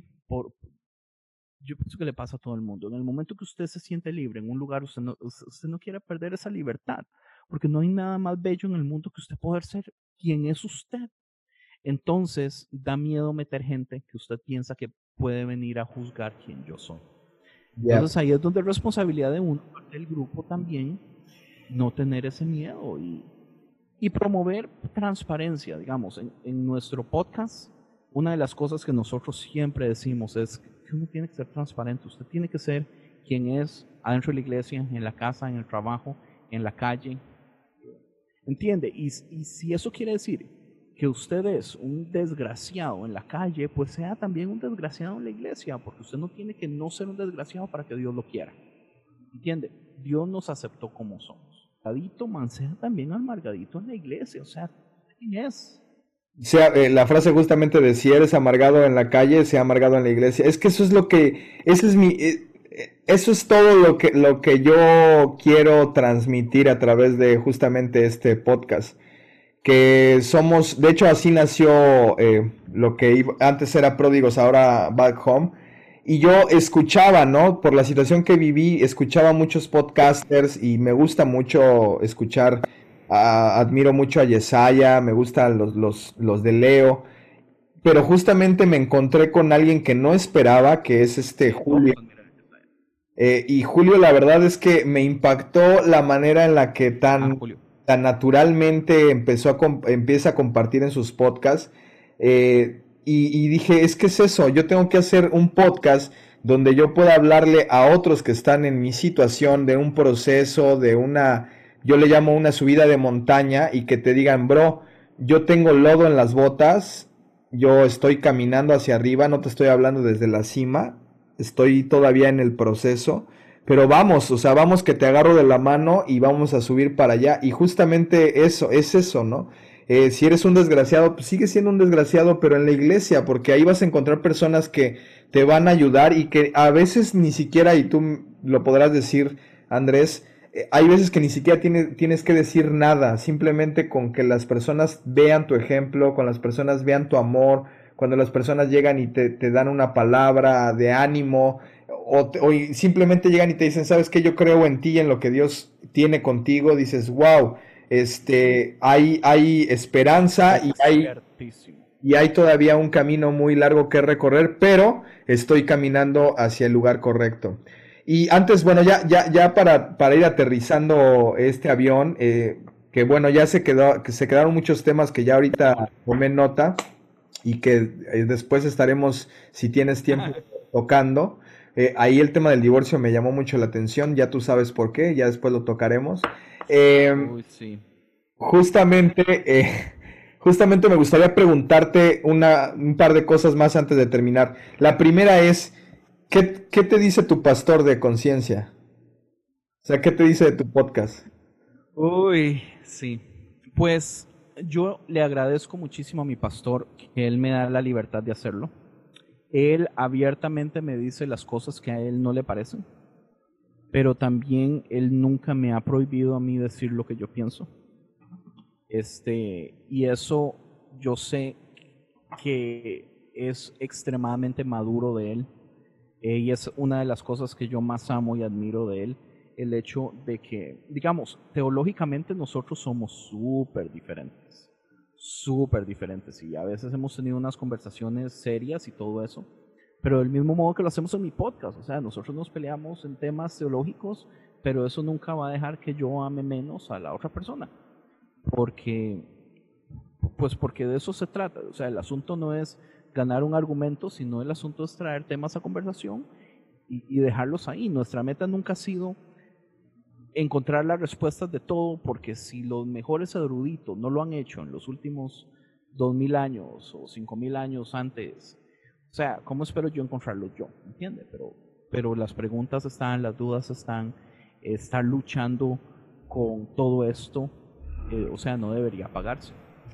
yo pienso que le pasa a todo el mundo, en el momento que usted se siente libre en un lugar, usted no quiere perder esa libertad, porque no hay nada más bello en el mundo que usted poder ser quien es usted. Entonces, da miedo meter gente que usted piensa que puede venir a juzgar quién yo soy. Entonces, ahí es donde es responsabilidad de uno, parte del grupo también, no tener ese miedo y promover transparencia, digamos. En nuestro podcast, una de las cosas que nosotros siempre decimos es que uno tiene que ser transparente. Usted tiene que ser quien es adentro de la iglesia, en la casa, en el trabajo, en la calle. ¿Entiende? Y si eso quiere decir que usted es un desgraciado en la calle, pues sea también un desgraciado en la iglesia, porque usted no tiene que no ser un desgraciado para que Dios lo quiera. ¿Entiende? Dios nos aceptó como somos. Amargadito mancea también amargadito en la iglesia. O sea, ¿quién es? La frase justamente de si eres amargado en la calle, sea amargado en la iglesia. Es que eso es lo que, eso es todo lo que yo quiero transmitir a través de justamente este podcast. Que somos, de hecho así nació lo que antes era Pródigos, ahora Back Home. Y yo escuchaba, ¿no? Por la situación que viví, escuchaba muchos podcasters y me gusta mucho escuchar, admiro mucho a Yesaya, me gustan los de Leo, pero justamente me encontré con alguien que no esperaba, que es Julio. Y Julio, la verdad es que me impactó la manera en la que tan naturalmente empieza a compartir en sus podcasts. Y dije, es que es eso, yo tengo que hacer un podcast donde yo pueda hablarle a otros que están en mi situación de un proceso, yo le llamo una subida de montaña, y que te digan, bro, yo tengo lodo en las botas, yo estoy caminando hacia arriba, no te estoy hablando desde la cima, estoy todavía en el proceso, pero vamos, o sea, vamos que te agarro de la mano y vamos a subir para allá. Y justamente eso, es eso, ¿no? Si eres un desgraciado, pues sigue siendo un desgraciado, pero en la iglesia, porque ahí vas a encontrar personas que te van a ayudar y que a veces ni siquiera, y tú lo podrás decir, Andrés, hay veces que ni siquiera tienes que decir nada, simplemente con que las personas vean tu ejemplo, con las personas vean tu amor, cuando las personas llegan y te dan una palabra de ánimo, o simplemente llegan y te dicen, ¿sabes qué? Yo creo en ti y en lo que Dios tiene contigo, dices, wow, hay esperanza y hay todavía un camino muy largo que recorrer, pero estoy caminando hacia el lugar correcto. Y antes, bueno, ya para ir aterrizando este avión, que bueno, que se quedaron muchos temas que ya ahorita tomé nota y que después estaremos, si tienes tiempo, tocando. Ahí el tema del divorcio me llamó mucho la atención, ya tú sabes por qué, ya después lo tocaremos. Sí. Justamente me gustaría preguntarte un par de cosas más antes de terminar. La primera es, ¿qué te dice tu pastor de conciencia? O sea, ¿qué te dice de tu podcast? Sí. Pues yo le agradezco muchísimo a mi pastor que él me da la libertad de hacerlo. Él abiertamente me dice las cosas que a él no le parecen, pero también él nunca me ha prohibido a mí decir lo que yo pienso. Y eso yo sé que es extremadamente maduro de él, y es una de las cosas que yo más amo y admiro de él, el hecho de que, digamos, teológicamente nosotros somos súper diferentes, y a veces hemos tenido unas conversaciones serias y todo eso, pero del mismo modo que lo hacemos en mi podcast. O sea, nosotros nos peleamos en temas teológicos, pero eso nunca va a dejar que yo ame menos a la otra persona, porque de eso se trata. O sea, el asunto no es ganar un argumento, sino el asunto es traer temas a conversación y dejarlos ahí. Nuestra meta nunca ha sido encontrar las respuestas de todo, porque si los mejores eruditos no lo han hecho en los últimos 2000 años o 5000 años antes, o sea, ¿cómo espero yo encontrarlos yo? ¿Entiende? Pero las preguntas están, las dudas están, estar luchando con todo esto, o sea, no debería pagarse.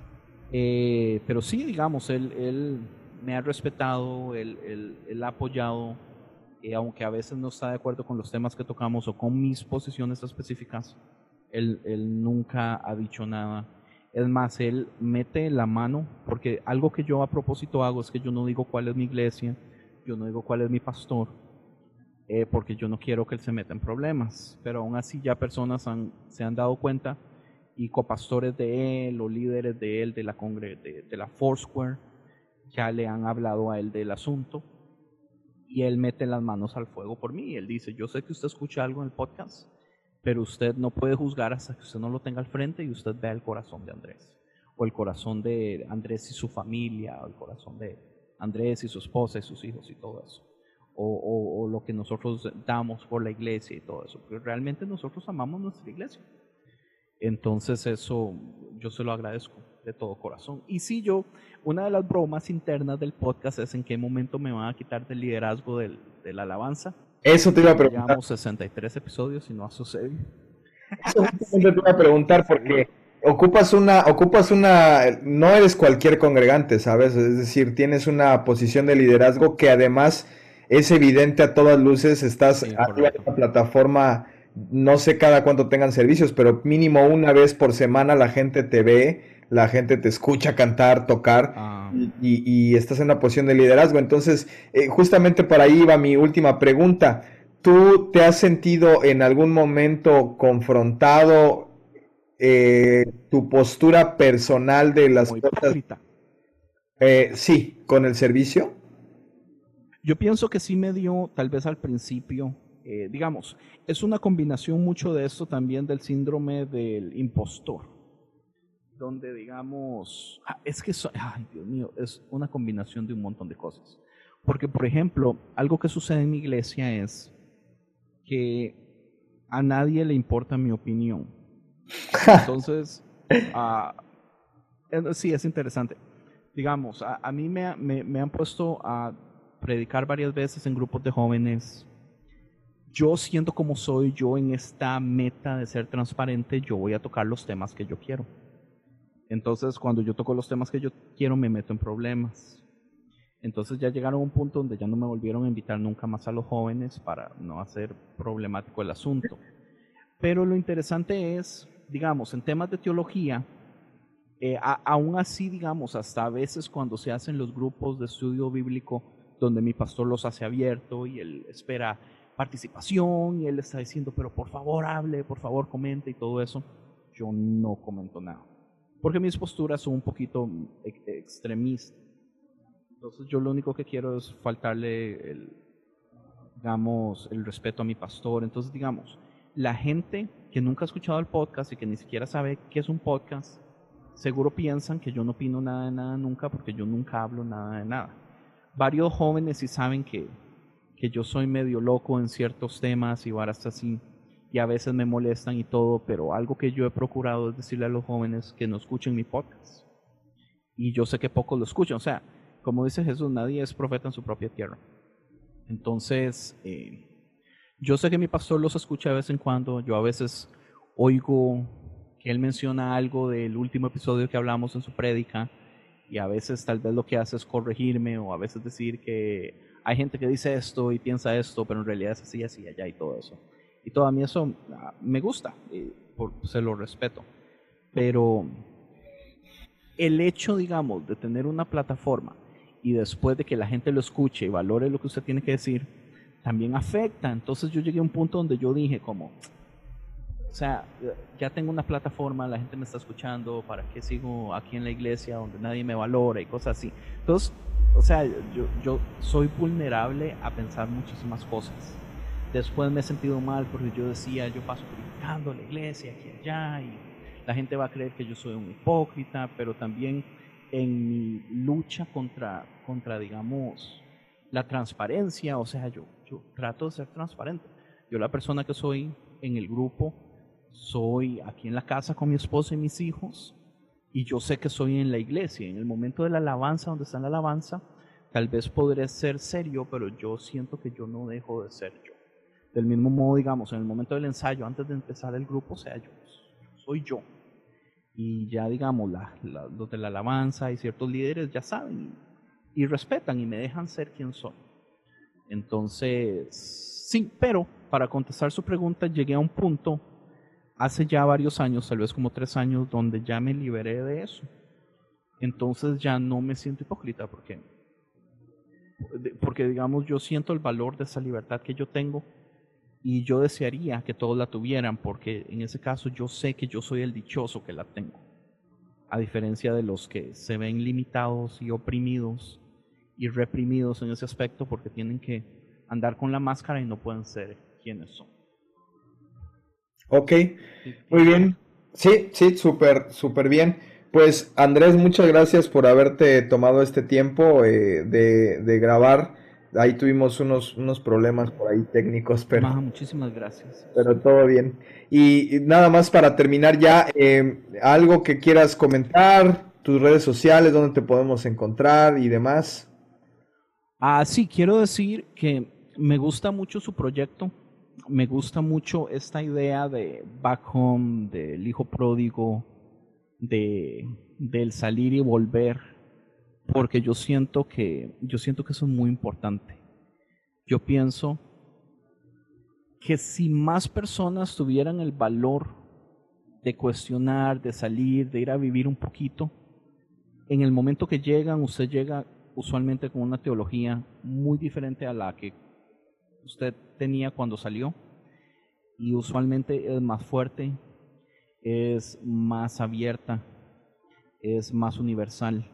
Pero sí, digamos, él me ha respetado, él ha apoyado, aunque a veces no está de acuerdo con los temas que tocamos o con mis posiciones específicas, él nunca ha dicho nada. Es más, él mete la mano, porque algo que yo a propósito hago es que yo no digo cuál es mi iglesia, yo no digo cuál es mi pastor, porque yo no quiero que él se meta en problemas, pero aún así ya personas se han dado cuenta, y copastores de él o líderes de él, de la Foursquare, ya le han hablado a él del asunto, y él mete las manos al fuego por mí. Él dice: yo sé que usted escucha algo en el podcast, pero usted no puede juzgar hasta que usted no lo tenga al frente y usted vea el corazón de Andrés, o el corazón de Andrés y su familia, o el corazón de Andrés y su esposa y sus hijos y todo eso, o lo que nosotros damos por la iglesia y todo eso, porque realmente nosotros amamos nuestra iglesia. Entonces eso yo se lo agradezco de todo corazón. Y sí, una de las bromas internas del podcast es en qué momento me van a quitar del liderazgo de la alabanza. Eso te iba a preguntar. Llevamos 63 episodios y no ha sucedido. Eso te iba a preguntar porque ocupas una, no eres cualquier congregante, ¿sabes? Es decir, tienes una posición de liderazgo que además es evidente a todas luces. Estás arriba de una plataforma. No sé cada cuánto tengan servicios, pero mínimo una vez por semana la gente te ve, la gente te escucha cantar, tocar, y estás en una posición de liderazgo. Entonces, justamente por ahí va mi última pregunta. ¿Tú te has sentido en algún momento confrontado tu postura personal de las cosas? Sí, con el servicio. Yo pienso que sí me dio, tal vez al principio, digamos, es una combinación mucho de esto también del síndrome del impostor, donde digamos, es que, ay Dios mío, es una combinación de un montón de cosas. Porque, por ejemplo, algo que sucede en mi iglesia es que a nadie le importa mi opinión. Entonces, sí, es interesante. Digamos, a mí me han puesto a predicar varias veces en grupos de jóvenes. Yo siendo como soy, yo en esta meta de ser transparente, yo voy a tocar los temas que yo quiero. Entonces, cuando yo toco los temas que yo quiero, me meto en problemas. Entonces ya llegaron a un punto donde ya no me volvieron a invitar nunca más a los jóvenes para no hacer problemático el asunto. Pero lo interesante es, digamos, en temas de teología, aún así, digamos, hasta a veces cuando se hacen los grupos de estudio bíblico, donde mi pastor los hace abierto y él espera participación y él está diciendo, pero por favor hable, por favor comente y todo eso, yo no comento nada, porque mis posturas son un poquito extremistas. Entonces yo lo único que quiero es faltarle digamos, el respeto a mi pastor. Entonces, digamos, la gente que nunca ha escuchado el podcast y que ni siquiera sabe qué es un podcast, seguro piensan que yo no opino nada de nada nunca, porque yo nunca hablo nada de nada. Varios jóvenes sí saben que yo soy medio loco en ciertos temas y varas así, y a veces me molestan y todo, pero algo que yo he procurado es decirle a los jóvenes que no escuchen mi podcast. Y yo sé que pocos lo escuchan. O sea, como dice Jesús, nadie es profeta en su propia tierra. Entonces, yo sé que mi pastor los escucha de vez en cuando. Yo a veces oigo que él menciona algo del último episodio que hablamos en su prédica, y a veces tal vez lo que hace es corregirme, o a veces decir que hay gente que dice esto y piensa esto, pero en realidad es así, así, allá y todo eso. Y todo a mí eso me gusta, se lo respeto. Pero el hecho, digamos, de tener una plataforma y después de que la gente lo escuche y valore lo que usted tiene que decir, también afecta. Entonces yo llegué a un punto donde yo dije como, o sea, ya tengo una plataforma, la gente me está escuchando, ¿para qué sigo aquí en la iglesia donde nadie me valora y cosas así? Entonces, o sea, yo soy vulnerable a pensar muchísimas cosas. Después me he sentido mal porque yo decía, yo paso predicando la iglesia aquí y allá y la gente va a creer que yo soy un hipócrita, pero también en mi lucha contra digamos, la transparencia, o sea, yo trato de ser transparente. Yo la persona que soy en el grupo, soy aquí en la casa con mi esposa y mis hijos, y yo sé que soy en la iglesia. En el momento de la alabanza, donde está en la alabanza, tal vez podré ser serio, pero yo siento que yo no dejo de ser yo. Del mismo modo, digamos, en el momento del ensayo, antes de empezar el grupo, o sea, yo soy yo. Y ya, digamos, los de la alabanza y ciertos líderes ya saben y respetan y me dejan ser quien soy. Entonces, sí, pero para contestar su pregunta, llegué a un punto hace ya varios años, tal vez como 3 años, donde ya me liberé de eso. Entonces ya no me siento hipócrita porque digamos, yo siento el valor de esa libertad que yo tengo y yo desearía que todos la tuvieran, porque en ese caso yo sé que yo soy el dichoso que la tengo, a diferencia de los que se ven limitados y oprimidos y reprimidos en ese aspecto porque tienen que andar con la máscara y no pueden ser quienes son. Ok, muy bien. Sí, súper bien. Pues Andrés, muchas gracias por haberte tomado este tiempo de grabar. Ahí tuvimos unos problemas por ahí técnicos, Muchísimas gracias. pero todo bien. Y nada más para terminar ya, algo que quieras comentar, tus redes sociales, dónde te podemos encontrar y demás. Sí, quiero decir que me gusta mucho su proyecto. Me gusta mucho esta idea de Back Home, del hijo pródigo, del salir y volver, porque yo siento que eso es muy importante. Yo pienso que si más personas tuvieran el valor de cuestionar, de salir, de ir a vivir un poquito, en el momento que llegan, usted llega usualmente con una teología muy diferente a la que usted tenía cuando salió, y usualmente es más fuerte, es más abierta, es más universal.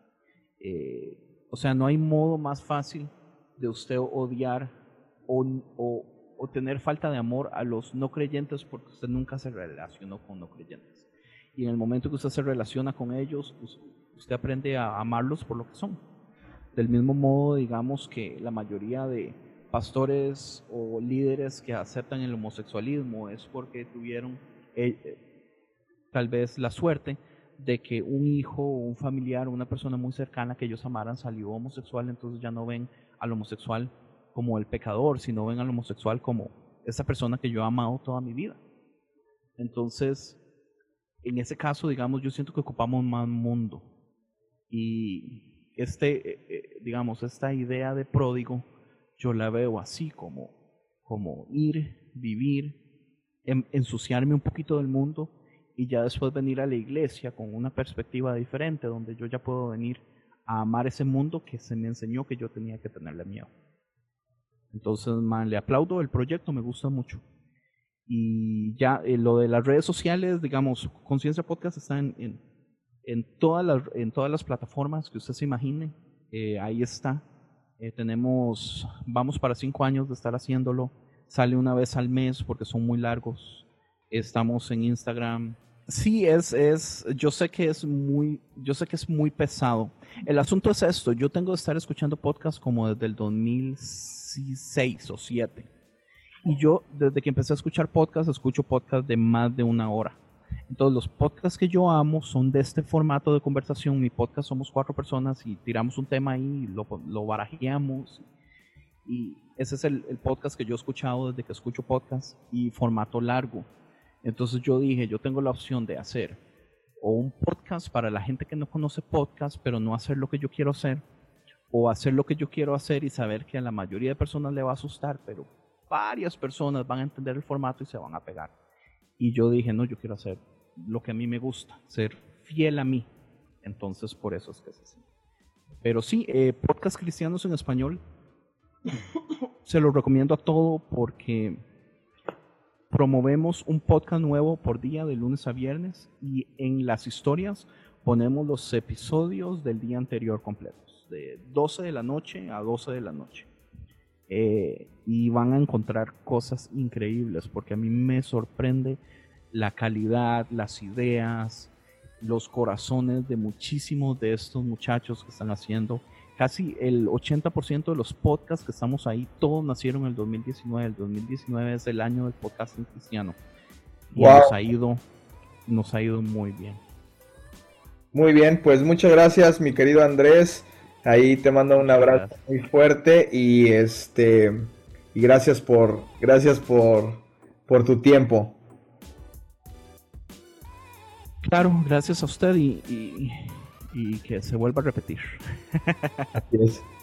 O sea, no hay modo más fácil de usted odiar o tener falta de amor a los no creyentes, porque usted nunca se relacionó con no creyentes. Y en el momento que usted se relaciona con ellos, usted aprende a amarlos por lo que son. Del mismo modo, digamos que la mayoría de pastores o líderes que aceptan el homosexualismo es porque tuvieron tal vez la suerte de que un hijo o un familiar o una persona muy cercana que ellos amaran salió homosexual, entonces ya no ven al homosexual como el pecador, sino ven al homosexual como esa persona que yo he amado toda mi vida. Entonces, en ese caso, digamos, yo siento que ocupamos más mundo. Y digamos, esta idea de pródigo, yo la veo así como ir, vivir, ensuciarme un poquito del mundo y ya después venir a la iglesia con una perspectiva diferente, donde yo ya puedo venir a amar ese mundo que se me enseñó que yo tenía que tenerle miedo. Entonces, man, le aplaudo el proyecto, me gusta mucho. Y ya lo de las redes sociales, digamos, Conciencia Podcast está en todas las plataformas que usted se imagine. Ahí está. Vamos para 5 años de estar haciéndolo. Sale una vez al mes porque son muy largos. Estamos en Instagram. Sí, yo sé que es muy pesado. El asunto es esto, yo tengo que estar escuchando podcasts como desde el 2006 o 2007. Y yo, desde que empecé a escuchar podcasts, escucho podcasts de más de 1 hora. Entonces, los podcasts que yo amo son de este formato de conversación. Mi podcast somos 4 personas y tiramos un tema ahí, lo barajeamos. Y ese es el podcast que yo he escuchado desde que escucho podcasts, y formato largo. Entonces yo dije, yo tengo la opción de hacer o un podcast para la gente que no conoce podcast, pero no hacer lo que yo quiero hacer, o hacer lo que yo quiero hacer y saber que a la mayoría de personas le va a asustar, pero varias personas van a entender el formato y se van a pegar. Y yo dije, no, yo quiero hacer lo que a mí me gusta, ser fiel a mí. Entonces por eso es que es así. Pero sí, podcast cristianos en español, se lo recomiendo a todo porque promovemos un podcast nuevo por día de lunes a viernes y en las historias ponemos los episodios del día anterior completos, de 12 de la noche a 12 de la noche. Y van a encontrar cosas increíbles porque a mí me sorprende la calidad, las ideas, los corazones de muchísimos de estos muchachos que están haciendo. Casi el 80% de los podcasts que estamos ahí, todos nacieron en el 2019. El 2019 es el año del podcasting cristiano. Y wow. nos ha ido muy bien. Muy bien, pues muchas gracias, mi querido Andrés. Ahí te mando un abrazo muy fuerte y gracias por tu tiempo. Claro, gracias a usted y que se vuelva a repetir. Así es.